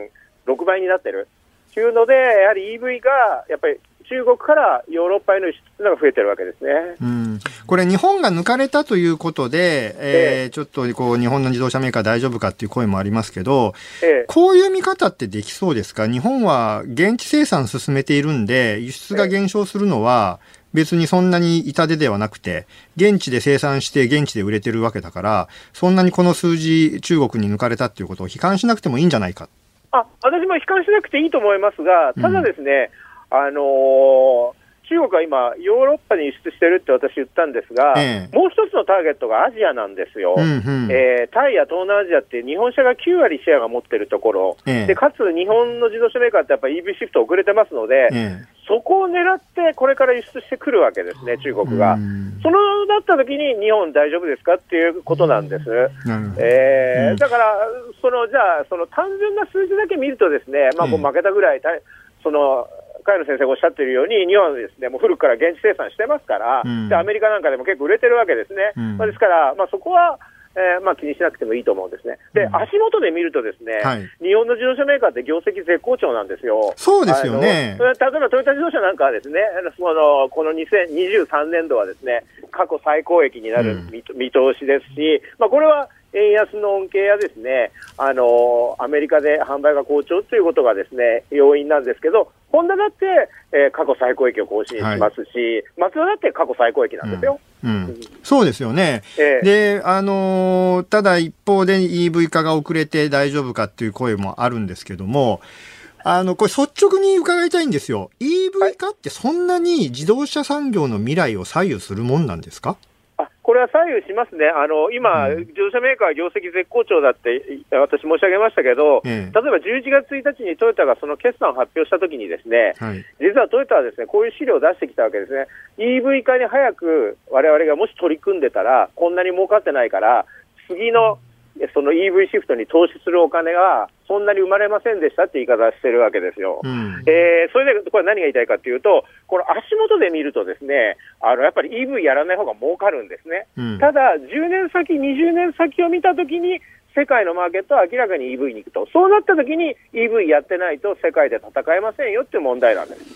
2.6 倍になってるというので、やはり EV が、やっぱり中国からヨーロッパへの輸出というのが増えてるわけですね。 これ日本が抜かれたということで、ちょっと日本の自動車メーカー大丈夫かっていう声もありますけど、こういう見方ってできそうですか？日本は現地生産進めているんで、輸出が減少するのは別にそんなに痛手ではなくて、現地で生産して現地で売れてるわけだから、そんなにこの数字中国に抜かれたっていうことを悲観しなくてもいいんじゃないか。 私も悲観しなくていいと思いますが、ただですね、中国は今、ヨーロッパに輸出してるって私言ったんですが、もう一つのターゲットがアジアなんですよ。タイや東南アジアって日本車が9割シェアが持ってるところ、でかつ日本の自動車メーカーってやっぱり EV シフト遅れてますので、そこを狙ってこれから輸出してくるわけですね、中国が。そのなった時に日本大丈夫ですかっていうことなんです。だから、じゃあ、単純な数字だけ見るとですね、負けたぐらい、茅野先生がおっしゃっているように、日本はですね、もう古くから現地生産してますから、でアメリカなんかでも結構売れてるわけですね。ですから、そこは、気にしなくてもいいと思うんですね。で、足元で見るとですね、日本の自動車メーカーって業績絶好調なんですよ。 そうですよね。 例えばトヨタ自動車なんかはですね、この2023年度はですね、過去最高益になる見通しですし、これは円安の恩恵やですね、アメリカで販売が好調ということがですね、要因なんですけど、ホンダだって、過去最高益を更新しますし、マツダだって過去最高益なんですよ。 そうですよね。で、ただ一方で EV 化が遅れて大丈夫かっていう声もあるんですけども、これ率直に伺いたいんですよ。EV 化ってそんなに自動車産業の未来を左右するもんなんですか？ これは左右しますね。今、自動車メーカー業績絶好調だって私申し上げましたけど、例えば11月1日にトヨタがその決算を発表したときにですね、実はトヨタはですね、こういう資料を出してきたわけですね。EV 化に早く我々がもし取り組んでたら、こんなに儲かってないから、次のその EV シフトに投資するお金がそんなに生まれませんでしたって言い方をしてるわけですよ。それでこれ何が言いたいかというと、この足元で見るとですね、やっぱり EV やらない方が儲かるんですね。ただ10年先、20年先を見たときに世界のマーケットは明らかに EV に行くと。そうなったときに EV やってないと世界で戦えませんよっていう問題なんです。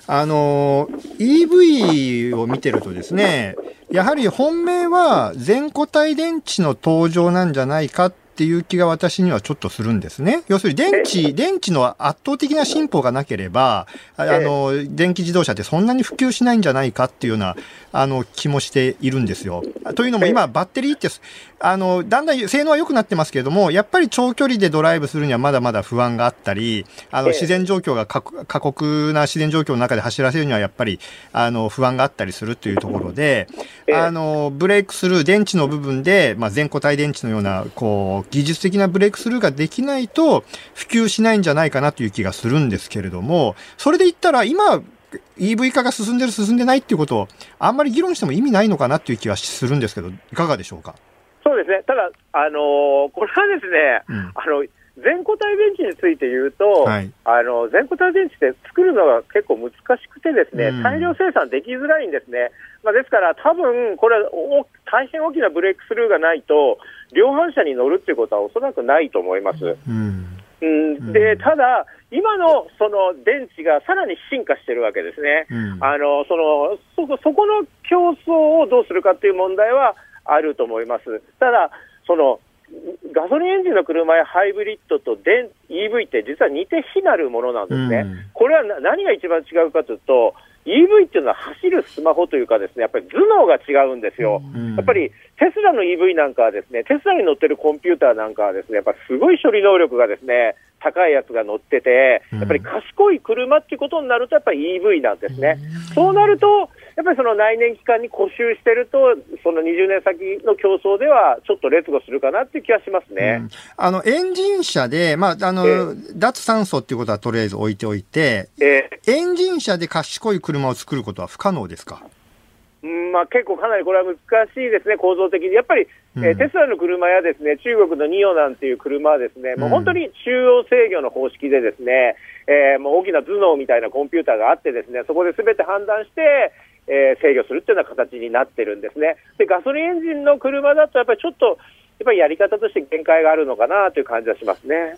EV を見てるとですね、やはり本命は全固体電池の登場なんじゃないかっていう気が私にはちょっとするんですね。要するに電池の圧倒的な進歩がなければ、電気自動車ってそんなに普及しないんじゃないかっていうような、気もしているんですよ。というのも今、バッテリーって、だんだん性能は良くなってますけれども、やっぱり長距離でドライブするにはまだまだ不安があったり、自然状況が過酷な自然状況の中で走らせるにはやっぱり、不安があったりするというところで、ブレイクスルー、電池の部分で、全固体電池のような、技術的なブレイクスルーができないと普及しないんじゃないかなという気がするんですけれども、それで言ったら今、EV 化が進んでる進んでないっていうことをあんまり議論しても意味ないのかなっていう気はするんですけど、いかがでしょうか。 そうですね。ただ、これはですね、全固体電池について言うと、全固体電池って作るのが結構難しくてですね、大量生産できづらいんですね。ですから多分これは大変大きなブレイクスルーがないと量販車に乗るっていうことはおそらくないと思います。で、ただ今のその電池がさらに進化してるわけですね。そこの競争をどうするかっていう問題はあると思います。ただガソリンエンジンの車やハイブリッドとEV って実は似て非なるものなんですね。これは何が一番違うかというと、EV っていうのは走るスマホというかですね、やっぱり頭脳が違うんですよ。やっぱりテスラの EV なんかはですね、テスラに乗ってるコンピューターなんかはですね、やっぱりすごい処理能力がですね、高いやつが乗ってて、やっぱり賢い車っていうことになるとやっぱり EV なんですね。そうなるとやっぱりその内燃機関に固執してると、その20年先の競争ではちょっと劣後するかなっていう気がしますね。 エンジン車で、脱炭素っていうことはとりあえず置いておいて、エンジン車で賢い車を作ることは不可能ですか？ 結構かなりこれは難しいですね、構造的に。やっぱり、テスラの車やですね、中国のニオなんていう車はですね、もう本当に中央制御の方式でですね、もう大きな頭脳みたいなコンピューターがあってですね、そこで全て判断して、制御するっていうような形になってるんですね。で、ガソリンエンジンの車だとやっぱりちょっとやっぱりやり方として限界があるのかなという感じはしますね。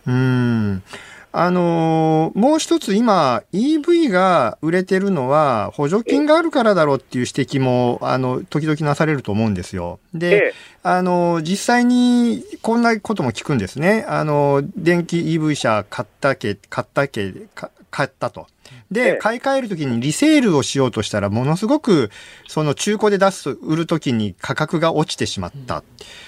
もう一つ今 EV が売れてるのは補助金があるからだろうっていう指摘も時々なされると思うんですよ。で、実際にこんなことも聞くんですね。電気 EV 車買ったと。で、買い替えるときにリセールをしようとしたらものすごくその中古で売るときに価格が落ちてしまった。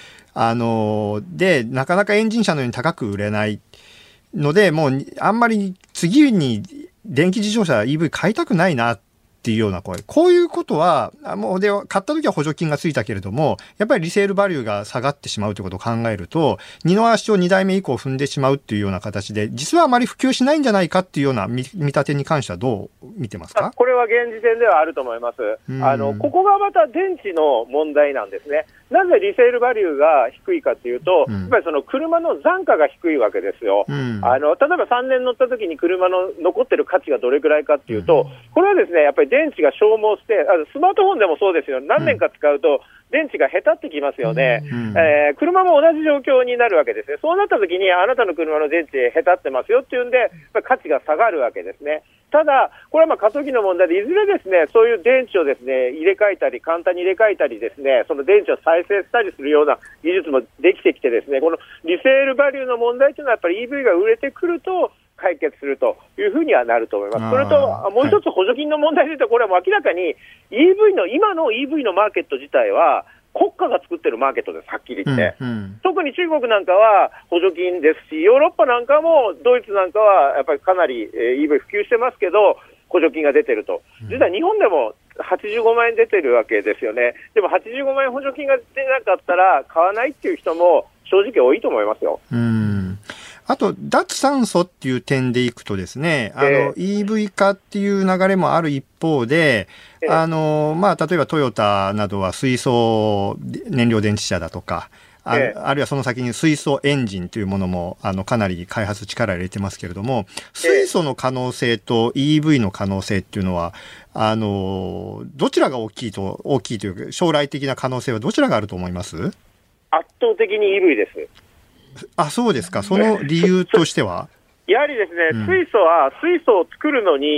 で、なかなかエンジン車のように高く売れないので、もうあんまり次に電気自動車 EV 買いたくないなっていうような声。こういうことは、もうで、買った時は補助金がついたけれども、やっぱりリセールバリューが下がってしまうということを考えると、二の足を2代目以降踏んでしまうっていうような形で、実はあまり普及しないんじゃないかっていうような見立てに関してはどう見てますか？ これは現時点ではあると思います。ここがまた電池の問題なんですね。なぜリセールバリューが低いかというと、やっぱりその車の残価が低いわけですよ。例えば3年乗った時に車の残ってる価値がどれくらいかというと、これはですね、やっぱり電池が消耗して、スマートフォンでもそうですよ。何年か使うと電池がへたってきますよね。車も同じ状況になるわけですね。そうなった時にあなたの車の電池へたってますよっていうんで、価値が下がるわけですね。ただ、これは過渡期の問題で、いずれですね、そういう電池をですね、入れ替えたり、簡単に入れ替えたりですね、その電池を再生したりするような技術もできてきてですね、このリセールバリューの問題というのはやっぱり EV が売れてくると解決するというふうにはなると思います。それと、もう一つ補助金の問題でいうと、これはもう明らかに 今の EV のマーケット自体は、国家が作ってるマーケットです、はっきり言って。特に中国なんかは補助金ですし、ヨーロッパなんかも、ドイツなんかはやっぱりかなり EV 普及してますけど、補助金が出てると。実は日本でも85万円出てるわけですよね。でも85万円補助金が出なかったら買わないっていう人も正直多いと思いますよ。 あと、脱炭素っていう点でいくとですね、EV 化っていう流れもある一方で、例えばトヨタなどは水素燃料電池車だとか、あるいはその先に水素エンジンというものも、かなり開発力を入れてますけれども、水素の可能性と EV の可能性っていうのは、どちらが大きいというか、将来的な可能性はどちらがあると思います？ 圧倒的に EV です。 そうですか。その理由としてはやはりですね、水素は水素を作るのに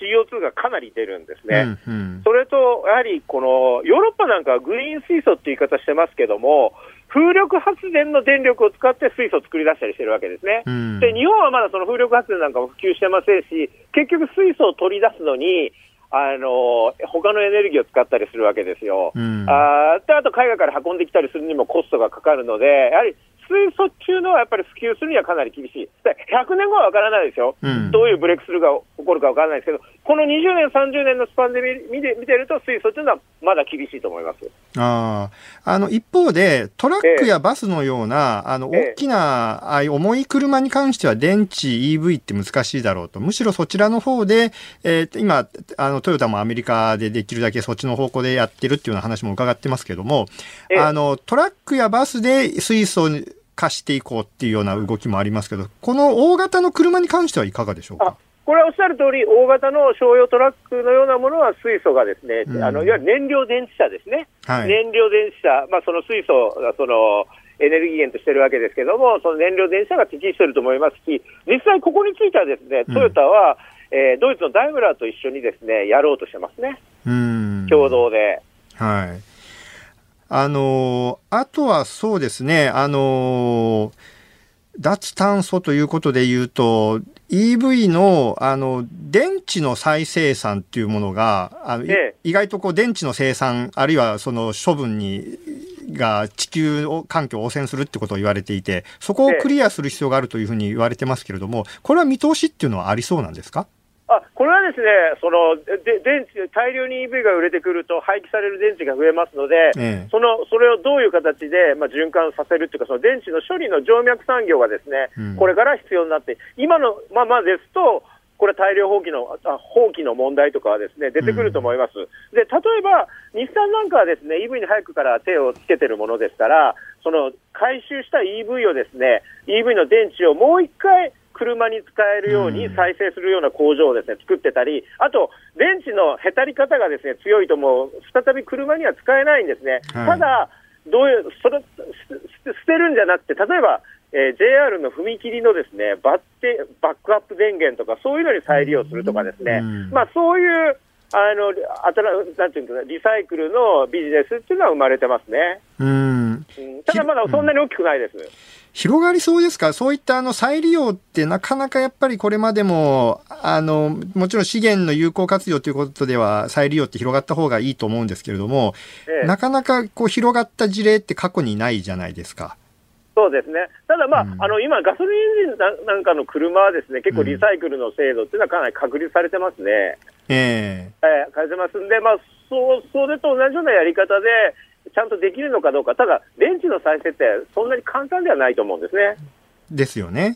CO2 がかなり出るんですね。それと、やはりこのヨーロッパなんかはグリーン水素っていう言い方してますけども、風力発電の電力を使って水素を作り出したりしてるわけですね。で、日本はまだその風力発電なんかも普及してませんし、結局水素を取り出すのに、他のエネルギーを使ったりするわけですよ。あと海外から運んできたりするにもコストがかかるので、やはり水素っていうのはやっぱり普及するにはかなり厳しい。100年後は分からないですよ。どういうブレイクスルーが起こるか分からないですけど、この20年、30年のスパンで見てると水素っていうのはまだ厳しいと思います。 一方でトラックやバスのような、大きな重い車に関しては電池 EV って難しいだろうと。むしろそちらの方で、今トヨタもアメリカでできるだけそっちの方向でやってるっていうような話も伺ってますけども、トラックやバスで水素に化していこうっていうような動きもありますけど、この大型の車に関してはいかがでしょうか。 これはおっしゃる通り、大型の商用トラックのようなものは水素がですね、いわゆる燃料電池車ですね。燃料電池車、その水素がエネルギー源としてるわけですけども、その燃料電池車が適していると思いますし、実際ここについてはですね、トヨタは、ドイツのダイムラーと一緒にですね、やろうとしてますね。共同で。 あとはそうですね、脱炭素ということで言うと、EV の、電池の再生産っていうものが、意外と電池の生産、あるいはその処分が地球環境を汚染するってことを言われていて、そこをクリアする必要があるというふうに言われてますけれども、これは見通しっていうのはありそうなんですか？ これはですね、電池、大量に EV が売れてくると廃棄される電池が増えますので、それをどういう形で、循環させるというか、その電池の処理の静脈産業がですね、これから必要になって、今のままですと、これ大量放棄の問題とかはですね、出てくると思います。で、例えば、日産なんかはですね、EV に早くから手をつけてるものですから、その回収した EV をですね、EV の電池をもう一回、車に使えるように再生するような工場をですね、作ってたり、あと、電池のへたり方がですね、強いともう、再び車には使えないんですね。ただ、捨てるんじゃなくて、例えば、JR の踏切のですね、バックアップ電源とか、そういうのに再利用するとかですね、そういう、なんていうか、リサイクルのビジネスっていうのは生まれてますね。ただまだそんなに大きくないです。 広がりそうですか？そういった再利用ってなかなかやっぱりこれまでも、もちろん資源の有効活用ということでは再利用って広がった方がいいと思うんですけれども、なかなか広がった事例って過去にないじゃないですか。 そうですね。ただ今ガソリンエンジンなんかの車はですね、結構リサイクルの精度っていうのはかなり確立されてますね。されてますんで、それと同じようなやり方で、ちゃんとできるのかどうか、ただ、電池の再生ってそんなに簡単ではないと思うんですね。 ですよね。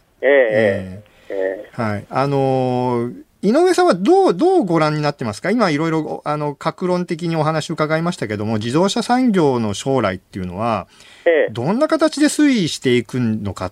井上さんはどうご覧になってますか？今いろいろ各論的にお話を伺いましたけども、自動車産業の将来っていうのは、どんな形で推移していくのかって、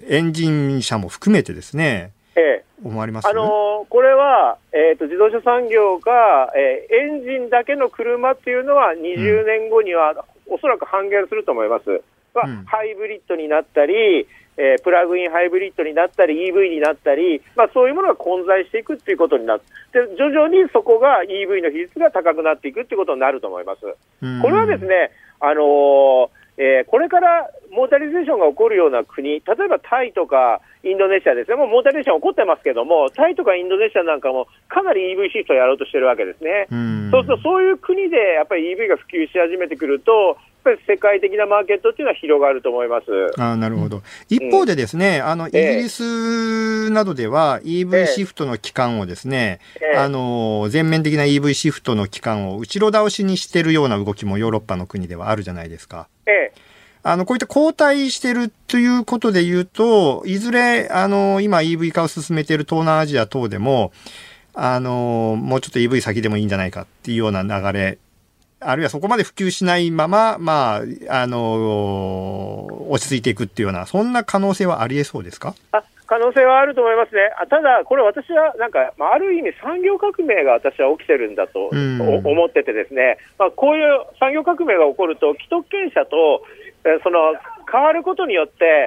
エンジン車も含めてですね、思われます？ これは、自動車産業が、エンジンだけの車っていうのは20年後にはおそらく半減すると思います。ハイブリッドになったり、プラグインハイブリッドになったり EV になったり、そういうものが混在していくっていうことになって、徐々にそこが EV の比率が高くなっていくっていうことになると思います。これはですね、これからモータリゼーションが起こるような国、例えばタイとかインドネシアですね、もうモータリゼーション起こってますけども、タイとかインドネシアなんかもかなり EV シフトをやろうとしてるわけですね。そうするとそういう国でやっぱり EV が普及し始めてくると、やっぱり世界的なマーケットっていうのは広がると思います。 なるほど。一方でですね、イギリスなどでは EV シフトの期間をですね、全面的な EV シフトの期間を後ろ倒しにしてるような動きもヨーロッパの国ではあるじゃないですか。こういった後退してるということで言うと、いずれ、今 EV 化を進めている東南アジア等でも、もうちょっと EV 先でもいいんじゃないかっていうような流れ、あるいはそこまで普及しないまま、落ち着いていくっていうような、そんな可能性はありえそうですか？ 可能性はあると思いますね。ただ、これ私はある意味産業革命が私は起きてるんだと思っててですね、こういう産業革命が起こると、既得権者と、その変わることによって、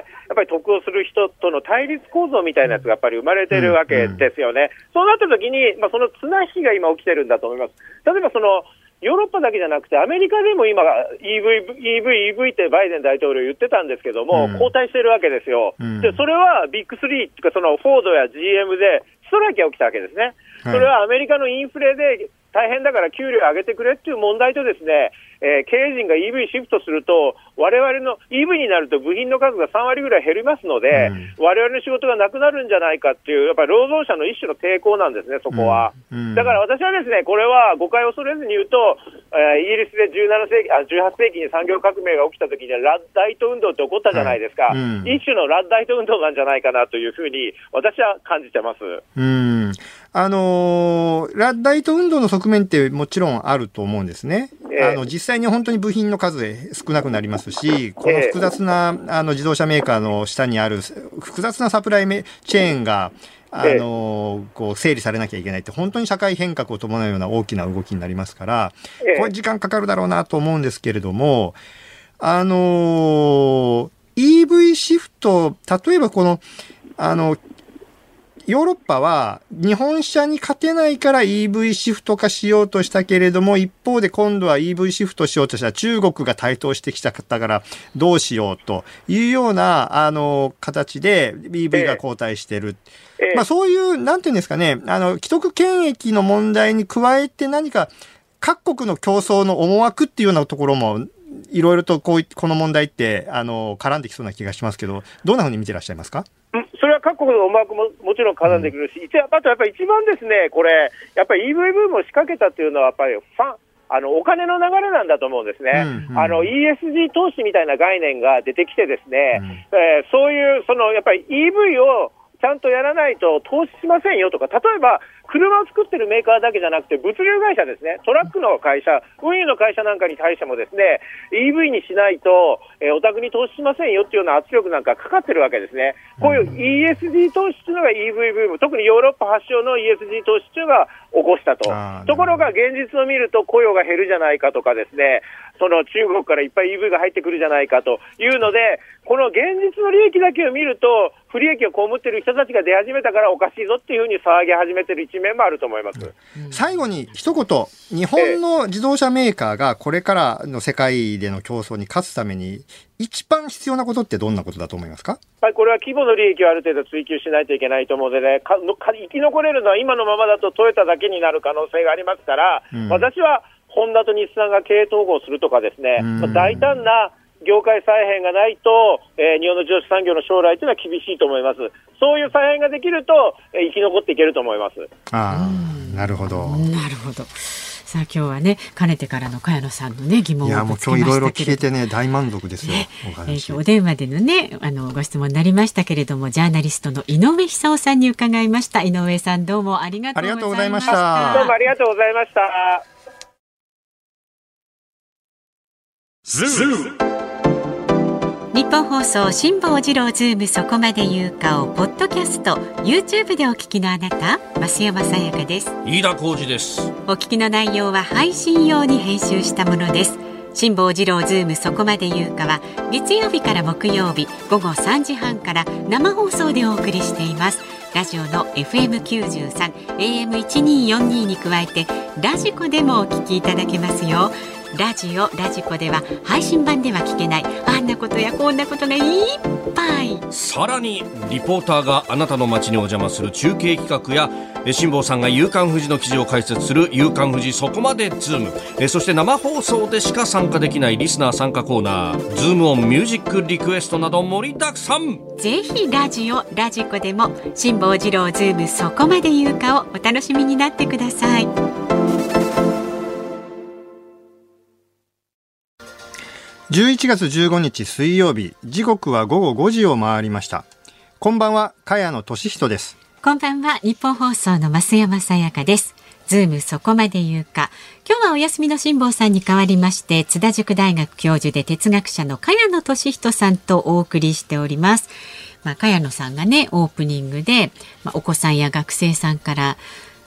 やっぱり得をする人との対立構造みたいなやつがやっぱり生まれてるわけですよね。そうなったときに、その綱引きが今起きてるんだと思います。例えばヨーロッパだけじゃなくて、アメリカでも今、EV ってバイデン大統領言ってたんですけども、後退してるわけですよ。で、それはビッグ3っていうか、フォードや GM でストライキが起きたわけですね。それはアメリカのインフレで大変だから給料上げてくれっていう問題とですね、経営陣が EV シフトすると、我々の EV になると部品の数が3割ぐらい減りますので、我々の仕事がなくなるんじゃないかっていう、やっぱり労働者の一種の抵抗なんですね、そこは。だから私はですね、これは誤解を恐れずに言うと、イギリスで18世紀に産業革命が起きた時にはラッダイト運動って起こったじゃないですか。一種のラッダイト運動なんじゃないかなというふうに私は感じてます。 ラッダイト運動の側面ってもちろんあると思うんですね。実際に本当に部品の数少なくなりますし、この複雑な自動車メーカーの下にある複雑なサプライチェーンがこう整理されなきゃいけないって本当に社会変革を伴うような大きな動きになりますから、これ時間かかるだろうなと思うんですけれども、EV シフト、例えばヨーロッパは日本車に勝てないから EV シフト化しようとしたけれども、一方で今度は EV シフトしようとしたら中国が台頭してきたからどうしようというような形で EV が後退してる。そういうなんていうんですかね、既得権益の問題に加えて何か各国の競争の思惑っていうようなところもいろいろとこの問題って絡んできそうな気がしますけど、どんなふうに見てらっしゃいますか？ それは各国の思惑ももちろん絡んでくるし、あとやっぱり一番ですね、これ、やっぱり EV ブームを仕掛けたっていうのは、やっぱりお金の流れなんだと思うんですね。ESG 投資みたいな概念が出てきてですね、そういう、やっぱり EV をちゃんとやらないと投資しませんよとか、例えば、車を作ってるメーカーだけじゃなくて物流会社ですね、トラックの会社、運輸の会社なんかに対してもですね、EV にしないと、お宅に投資しませんよっていうような圧力なんかかかってるわけですね。こういう ESG 投資というのが EV ブーム、特にヨーロッパ発祥の ESG 投資というのが起こしたと。ところが現実を見ると雇用が減るじゃないかとかですね、中国からいっぱい EV が入ってくるじゃないかというので、この現実の利益だけを見ると不利益を被っている人たちが出始めたからおかしいぞっていうふうに騒ぎ始めている一面もあると思います。 最後に一言、日本の自動車メーカーがこれからの世界での競争に勝つために一番必要なことってどんなことだと思いますか？ これは規模の利益をある程度追求しないといけないと思うのでね、生き残れるのは今のままだとトヨタだけになる可能性がありますから、私はホンダと日産が経営統合するとかですね、大胆な業界再編がないと、日本の自動車産業の将来というのは厳しいと思います。そういう再編ができると、生き残っていけると思います。 なるほど。 なるほど。さあ今日はね、かねてからの茅野さんのね疑問をぶつけましたけれど、 いやもう今日いろいろ聞けてね大満足ですよ。 お電話でのねご質問になりましたけれども、ジャーナリストの井上久夫さんに伺いました。井上さんどうもありがとうございました。 どうもありがとうございました。 日本放送辛坊治郎ズームそこまで言うかをポッドキャスト YouTube でお聞きのあなた、増山さやかです。 飯田浩司です。 お聞きの内容は配信用に編集したものです。辛坊治郎ズームそこまで言うかは月曜日から木曜日午後3時半から生放送でお送りしています。ラジオの FM93 AM1242 に加えてラジコでもお聞きいただけますよ。ラジコでは配信版では聞けないあんなことやこんなことがいっぱい。 さらにリポーターがあなたの街にお邪魔する中継企画や辛坊さんが夕刊フジの記事を解説する夕刊フジそこまでズーム、そして生放送でしか参加できないリスナー参加コーナーズームオンミュージックリクエストなど盛りだくさん。 ぜひラジコでも辛坊治郎ズームそこまで言うかをお楽しみになってください。 11月15日水曜日、時刻は午後5時を回りました。こんばんは、茅野俊人です。 こんばんは、日本放送の増山さやかです。ズームそこまで言うか。今日はお休みの辛坊さんに代わりまして津田塾大学教授で哲学者の茅野俊人さんとお送りしております。茅野さんがねオープニングで、お子さんや学生さんから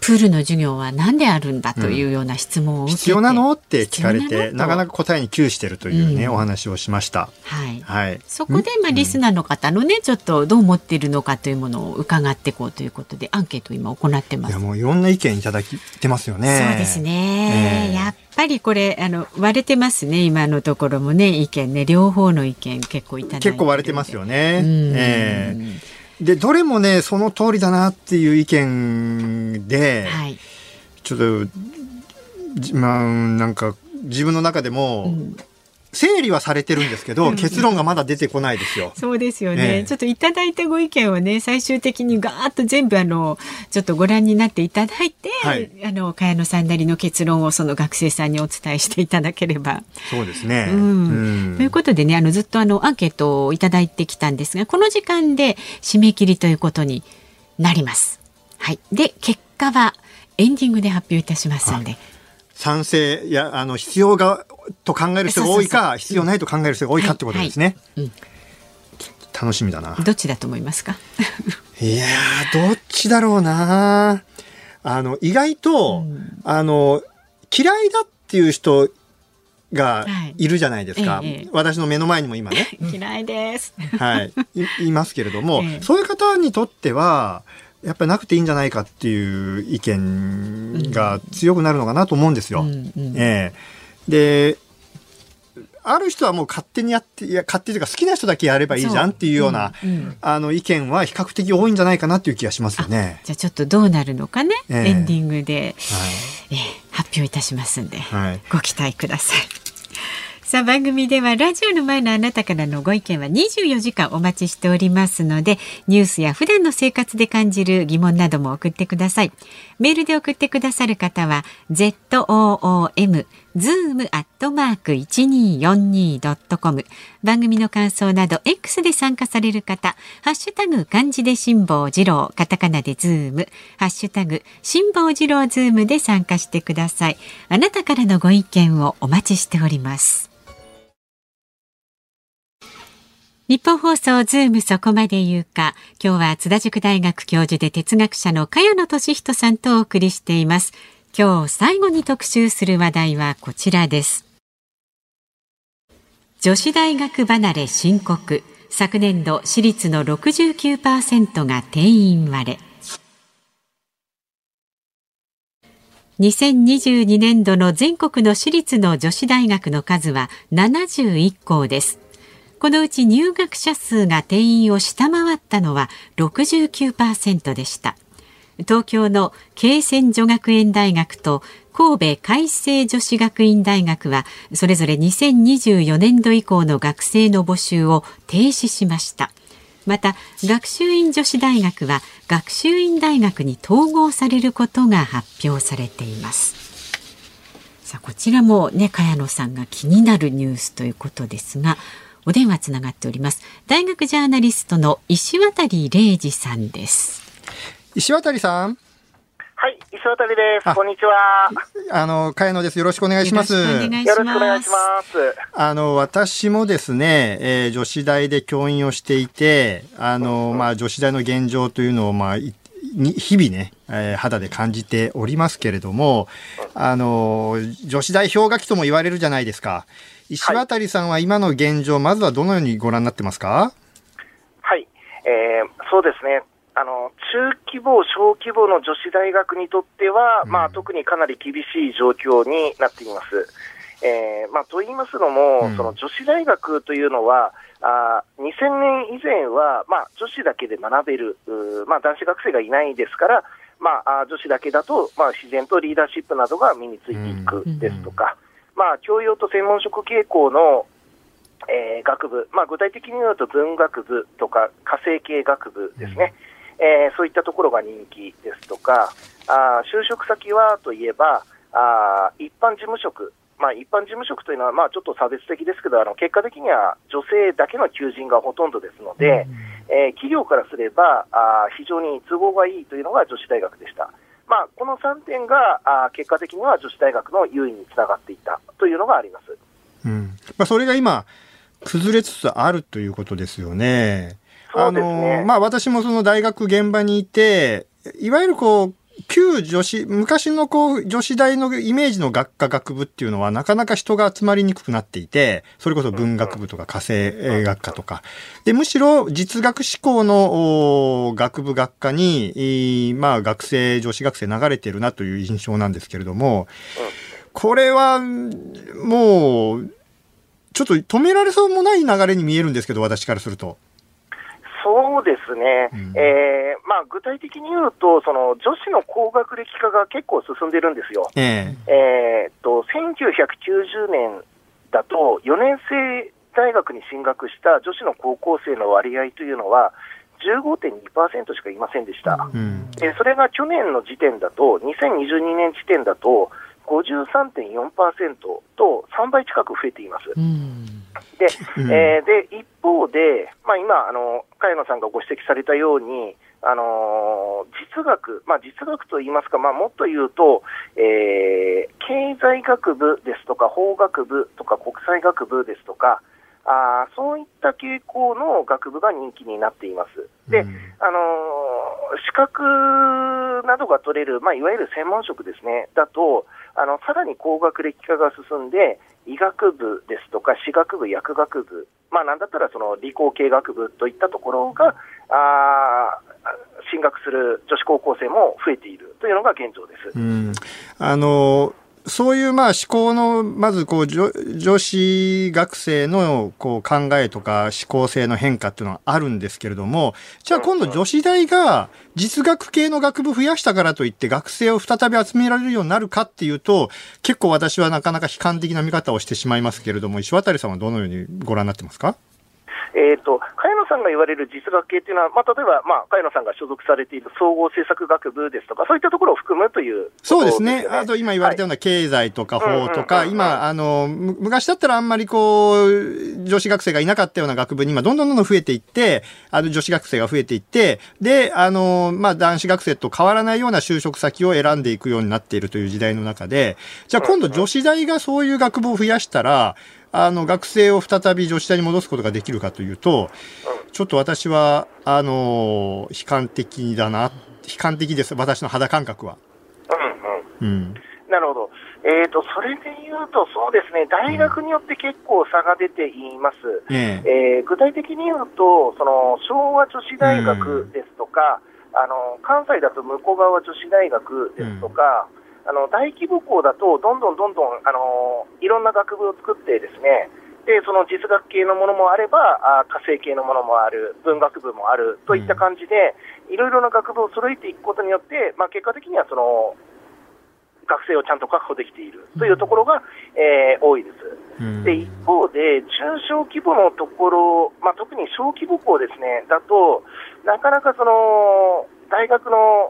プールの授業は何であるんだというような質問を受けて、 必要なのって聞かれて、なかなか答えに窮しているというね、お話をしました。 はいはい、 そこで、リスナーの方のね、ちょっとどう思っているのかというものを伺っていこうということでアンケートを今行ってます。 いや、もういろんな意見いただいてますよね。 そうですね、やっぱりこれ割れてますね。今のところもね、意見ね、両方の意見結構いただいてるんで、 結構割れてますよね。でどれもねその通りだなっていう意見で、はい、ちょっとなんか自分の中でも、整理はされてるんですけど、結論がまだ出てこないですよ。 そうですよね、ちょっといただいたご意見をね、最終的にガーッと全部ちょっとご覧になっていただいて、はい、茅野さんなりの結論をその学生さんにお伝えしていただければ。 そうですね、 ということでね、ずっとアンケートをいただいてきたんですが、この時間で締め切りということになります。はい、で結果はエンディングで発表いたしますので、 賛成や必要がと考える人が多いか、必要ないと考える人が多いかってことですね。楽しみだな。 どっちだと思いますか？ いやどっちだろうな。意外と、嫌いだっていう人がいるじゃないですか。私の目の前にも今ね嫌いです、 はい、いますけれども、そういう方にとってはやっぱりなくていいんじゃないかっていう意見が強くなるのかなと思うんですよ。で、ある人はもう勝手にやって、勝手というか好きな人だけやればいいじゃんっていうような、意見は比較的多いんじゃないかなっていう気がしますよね。 じゃあちょっとどうなるのかね、エンディングで、発表いたしますんで、ご期待ください。さあ、番組ではラジオの前のあなたからのご意見は24時間お待ちしておりますので、ニュースや普段の生活で感じる疑問なども送ってください。メールで送ってくださる方は zoom@1242.com、 番組の感想など X で参加される方、ハッシュタグ漢字で辛坊治郎、カタカナでズーム、ハッシュタグ辛坊治郎ズームで参加してください。あなたからのご意見をお待ちしております。日本放送ズームそこまで言うか。今日は津田塾大学教授で哲学者の茅野俊人さんとお送りしています。今日最後に特集する話題はこちらです。女子大学離れ深刻。昨年度私立の 69% が定員割れ。2022年度の全国の私立の女子大学の数は71校です。このうち入学者数が定員を下回ったのは 69% でした。東京の恵泉女学園大学と神戸開成女子学院大学はそれぞれ2024年度以降の学生の募集を停止しました。また学習院女子大学は学習院大学に統合されることが発表されています。さあ、こちらもね、茅野さんが気になるニュースということですが、お電話つながっております。大学ジャーナリストの石渡礼二さんです。 石渡さん。 はい、石渡です。こんにちは。 茅野です。よろしくお願いします。よろしくお願いします。 私もですね、女子大で教員をしていて、女子大の現状というのを日々ね、肌で感じておりますけれども、女子大氷河期とも言われるじゃないですか。石渡さんは今の現状、まずはどのようにご覧になってますか？ はい、そうですね。中規模、小規模の女子大学にとっては、特にかなり厳しい状況になっています。と言いますのも、その女子大学というのは、2000年以前は、女子だけで学べる、男子学生がいないですから、女子だけだと、自然とリーダーシップなどが身についていくですとか、教養と専門職傾向の、学部、具体的に言うと文学部とか家政系学部ですね、そういったところが人気ですとか、就職先はといえば一般事務職、一般事務職というのはちょっと差別的ですけど、結果的には女性だけの求人がほとんどですので、企業からすれば非常に都合がいいというのが女子大学でした。この3点が結果的には女子大学の優位につながっていたというのがあります。 それが今崩れつつあるということですよね。 そうですね。 私もその大学現場にいて、いわゆる旧女子、昔の女子大のイメージの学科学部っていうのはなかなか人が集まりにくくなっていて、それこそ文学部とか家政学科とか。で、むしろ実学志向の学部学科に、学生、女子学生流れてるなという印象なんですけれども、これはもう、ちょっと止められそうもない流れに見えるんですけど、私からすると。 そうですね、具体的に言うと、その女子の高学歴化が結構進んでるんですよ。1990年だと、4年生大学に進学した女子の高校生の割合というのは、15.2% しかいませんでした。それが去年の時点だと、2022年時点だと、53.4% と3倍近く増えています。で、一方で、今、茅野さんがご指摘されたように、実学といいますか、もっと言うと、経済学部ですとか、法学部とか、国際学部ですとか、そういった傾向の学部が人気になっています。で、資格などが取れる、いわゆる専門職ですね、だと、さらに高学歴化が進んで、医学部ですとか、歯学部、薬学部、なんだったらその理工系学部といったところが、進学する女子高校生も増えているというのが現状です。 そういう思考の、まず女子学生の考えとか思考性の変化っていうのはあるんですけれども、じゃあ今度女子大が実学系の学部増やしたからといって学生を再び集められるようになるかっていうと、結構私はなかなか悲観的な見方をしてしまいますけれども、石渡さんはどのようにご覧になってますか？ 茅野さんが言われる実学系というのは、例えば、茅野さんが所属されている総合政策学部ですとか、そういったところを含むという、 そうですね。あと今言われたような経済とか法とか、今、昔だったらあんまり女子学生がいなかったような学部に今どんどん増えていって、女子学生が増えていって、で、男子学生と変わらないような就職先を選んでいくようになっているという時代の中で、じゃあ今度女子大がそういう学部を増やしたら、学生を再び女子大に戻すことができるかというと、ちょっと私は、悲観的です。私の肌感覚は。 なるほど。それで言うと、そうですね、大学によって結構差が出ています。具体的に言うと、その、昭和女子大学ですとか、関西だと向川女子大学ですとか、大規模校だと、どんどん、いろんな学部を作ってですね、で、その実学系のものもあれば、家政系のものもある、文学部もある、といった感じで、いろいろな学部を揃えていくことによって、結果的にはその、学生をちゃんと確保できているというところが、多いです。で、一方で、中小規模のところ、特に小規模校ですね、だと、なかなかその、大学の、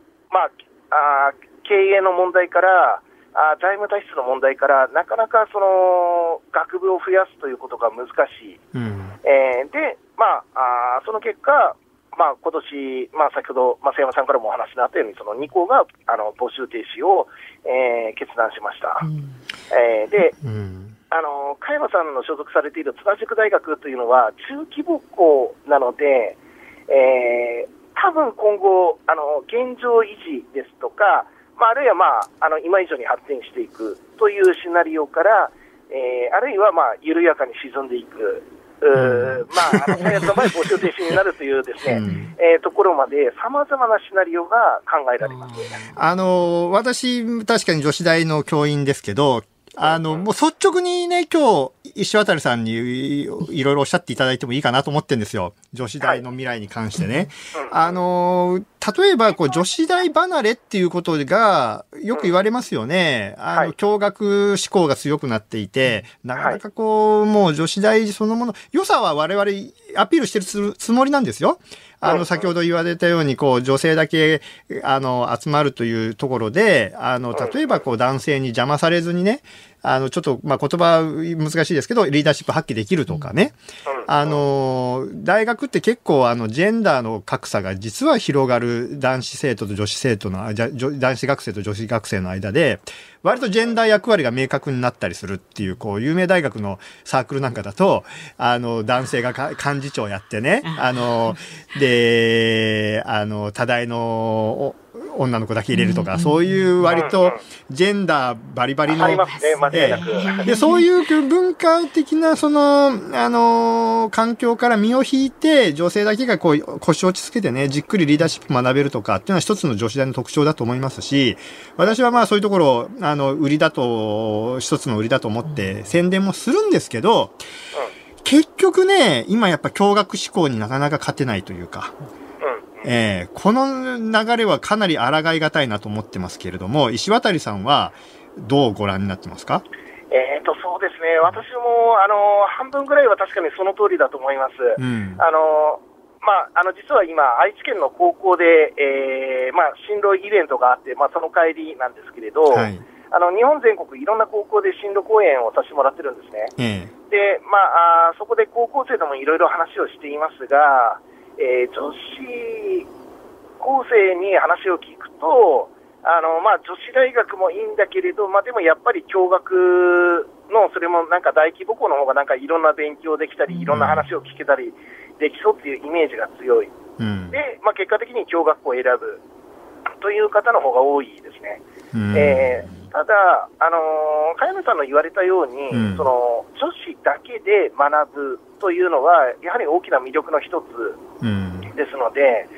経営の問題から、財務体質の問題から、なかなかその学部を増やすということが難しい。で、その結果、今年、先ほど増山さんからもお話があったように、その2校が募集停止を、決断しました。で、茅野さんの所属されている津田塾大学というのは中規模校なので、多分今後、現状維持ですとか、あるいは今以上に発展していくというシナリオから、あるいは緩やかに沈んでいく、最悪の場合募集停止になるというですね、ところまで様々なシナリオが考えられます。 私、確かに女子大の教員ですけど、もう率直にね、今日、石渡さんにいろいろおっしゃっていただいてもいいかなと思ってるんですよ。女子大の未来に関してね。例えば、女子大離れっていうことがよく言われますよね。共学志向が強くなっていて、なかなかもう女子大そのもの、良さは我々アピールしてるつもりなんですよ。先ほど言われたように、女性だけ、集まるというところで、例えば、男性に邪魔されずにね、ちょっと、言葉難しいですけど、リーダーシップ発揮できるとかね。大学って結構、ジェンダーの格差が実は広がる男子生徒と女子生徒の、男子学生と女子学生の間で、割とジェンダー役割が明確になったりするっていう、有名大学のサークルなんかだと、男性が幹事長やってね、で、多大の女の子だけ入れるとか、そういう割とジェンダーバリバリの、 ありますね、間違いなく。 でそういう文化的なその環境から身を引いて女性だけがこう腰を落ち着けてね、じっくりリーダーシップ学べるとかっていうのは一つの女子大の特徴だと思いますし、私はまあそういうところを売りだと、一つの売りだと思って宣伝もするんですけど、結局ね、今やっぱ共学志向になかなか勝てないというか、この流れはかなり抗いがたいなと思ってますけれども、石渡さんはどうご覧になってますか？ そうですね、私も半分ぐらいは確かにその通りだと思います。実は今、愛知県の高校で、進路イベントがあって、その帰りなんですけれど、はい、日本全国いろんな高校で進路講演をさせてもらってるんですね。で、そこで高校生ともいろいろ話をしていますが、女子高生に話を聞くと、女子大学もいいんだけれど、でもやっぱり共学の、それもなんか大規模校の方がなんかいろんな勉強できたり、いろんな話を聞けたりできそうっていうイメージが強い。で、結果的に共学校を選ぶという方の方が多いですね。ただ、茅野さんの言われたように、その女子だけで学ぶというのは、やはり大きな魅力の一つですので、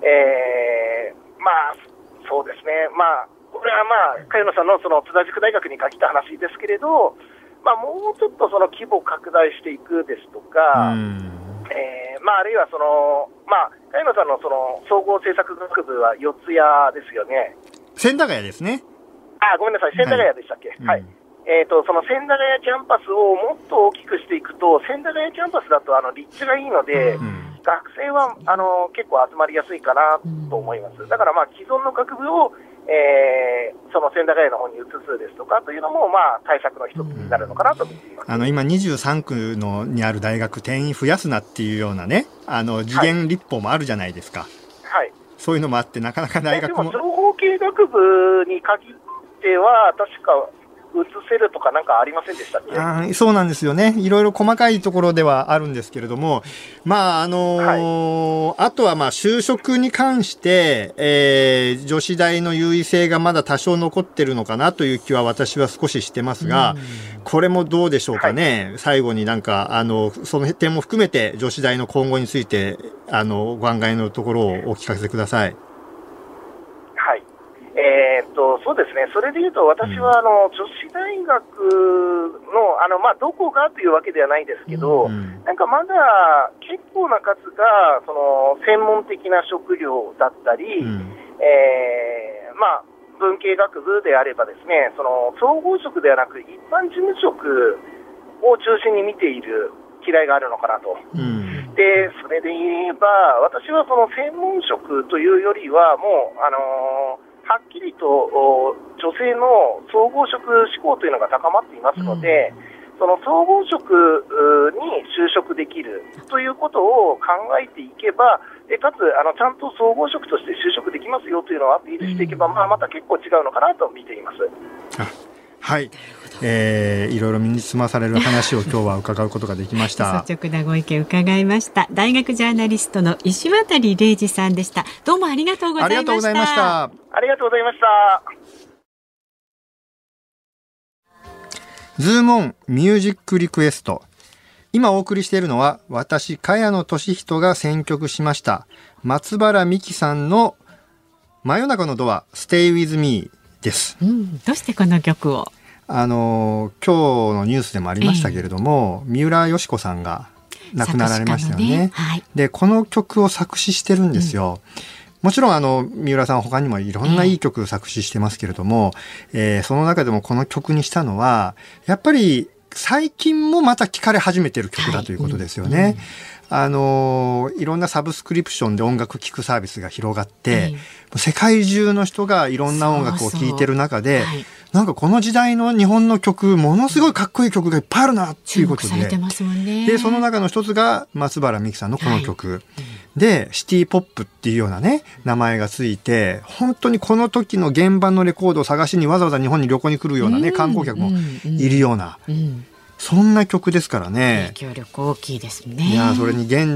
そうですね、これは茅野さんのその津田塾大学に限った話ですけれど、もうちょっとその規模を拡大していくですとか、あるいはその、茅野さんのその総合政策学部は四谷ですよね。 千駄ヶ谷ですね。 ごめんなさい、千駄ヶ谷でしたっけ。はい。その千駄ヶ谷キャンパスをもっと大きくしていくと、千駄ヶ谷キャンパスだと立地がいいので、学生は結構集まりやすいかなと思います。だから既存の学部を、その千駄ヶ谷の方に移すですとかというのも対策の一つになるのかなと思っています。 今23区にある大学定員増やすなっていうようなね、次元立法もあるじゃないですか。はい。そういうのもあってなかなか大学も。 でも情報系学部に限っては確か移せるとかなんかありませんでしたっけ？ そうなんですよね。いろいろ細かいところではあるんですけれども、あとは就職に関して、女子大の優位性がまだ多少残ってるのかなという気は私は少ししてますが、これもどうでしょうかね。最後になんかその点も含めて女子大の今後についてご考えのところをお聞かせください。 そうですね、それでいうと私は女子大学の、どこがというわけではないですけど、なんかまだ結構な数がその専門的な職業だったり、文系学部であればですね、その総合職ではなく一般事務職を中心に見ている嫌いがあるのかなと。で、それで言えば私はその専門職というよりはもうはっきりと女性の総合職志向というのが高まっていますので、その総合職に就職できるということを考えていけば、かつちゃんと総合職として就職できますよというのをアピールしていけば、また結構違うのかなと見ています。 はい、いろいろ身につまされる話を今日は伺うことができました。 率直なご意見伺いました。大学ジャーナリストの石渡礼二さんでした。どうもありがとうございました。 ありがとうございました。 ありがとうございました。 ズームオンミュージックリクエスト。今お送りしているのは私茅野俊人が選曲しました松原美樹さんの真夜中のドア Stay with me です。 どうしてこの曲を？ 今日のニュースでもありましたけれども、三浦佳子さんが亡くなられましたよね。でこの曲を作詞してるんですよ。もちろん三浦さん他にもいろんないい曲作詞してますけれども、その中でもこの曲にしたのはやっぱり最近もまた聴かれ始めてる曲だということですよね。いろんなサブスクリプションで音楽聴くサービスが広がって、世界中の人がいろんな音楽を聴いてる中で、なんかこの時代の日本の曲ものすごいかっこいい曲がいっぱいあるなっていうことで、でその中の一つが松原美樹さんのこの曲、でシティポップっていうようなね名前がついて、本当にこの時の原版のレコードを探しにわざわざ日本に旅行に来るようなね観光客もいるような、そんな曲ですからね。 影響力大きいですね。 いやそれに現代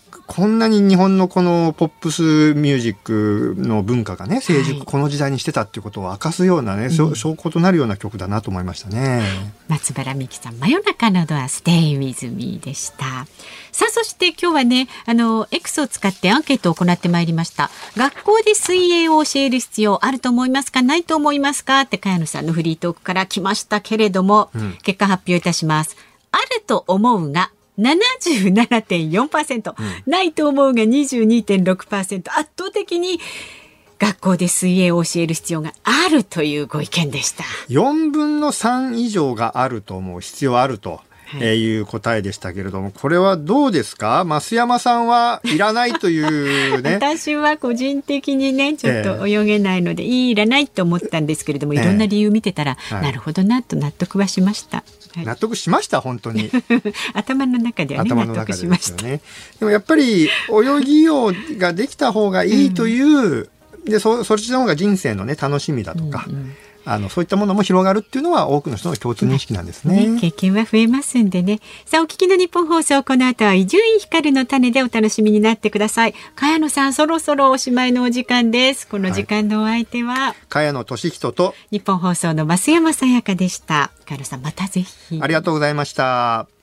こんなに日本のこのポップスミュージックの文化がね成熟、この時代にしてたっていうことを明かすようなね、証拠となるような曲だなと思いましたね。 松原美樹さん、真夜中のドア Stay with me でした。さあ、そして今日はね、X を使ってアンケートを行ってまいりました。学校で水泳を教える必要あると思いますか、ないと思いますかって茅野さんのフリートークから来ましたけれども、結果発表いたします。あると思うが77.4%、ないと思うが 22.6%、圧倒的に学校で水泳を教える必要があるというご意見でした。 4分の3以上があると思う、必要あるという答えでしたけれども、これはどうですか？増山さんはいらないというね私は個人的にねちょっと泳げないので、いらないと思ったんですけれども、いろんな理由見てたら、なるほどなと納得はしました。 納得しました、本当に頭の中ではね、納得しました。 でもやっぱり泳ぎようができた方がいいという、でそっちの方が人生のね楽しみだとか、そういったものも広がるっていうのは多くの人の共通認識なんですね。 経験は増えますんでね。さあ、お聞きの日本放送、この後は伊集院光の種でお楽しみになってください。茅野さん、そろそろおしまいのお時間です。この時間のお相手は、 茅野俊人と日本放送の増山さやかでした。茅野さん、またぜひ。 ありがとうございました。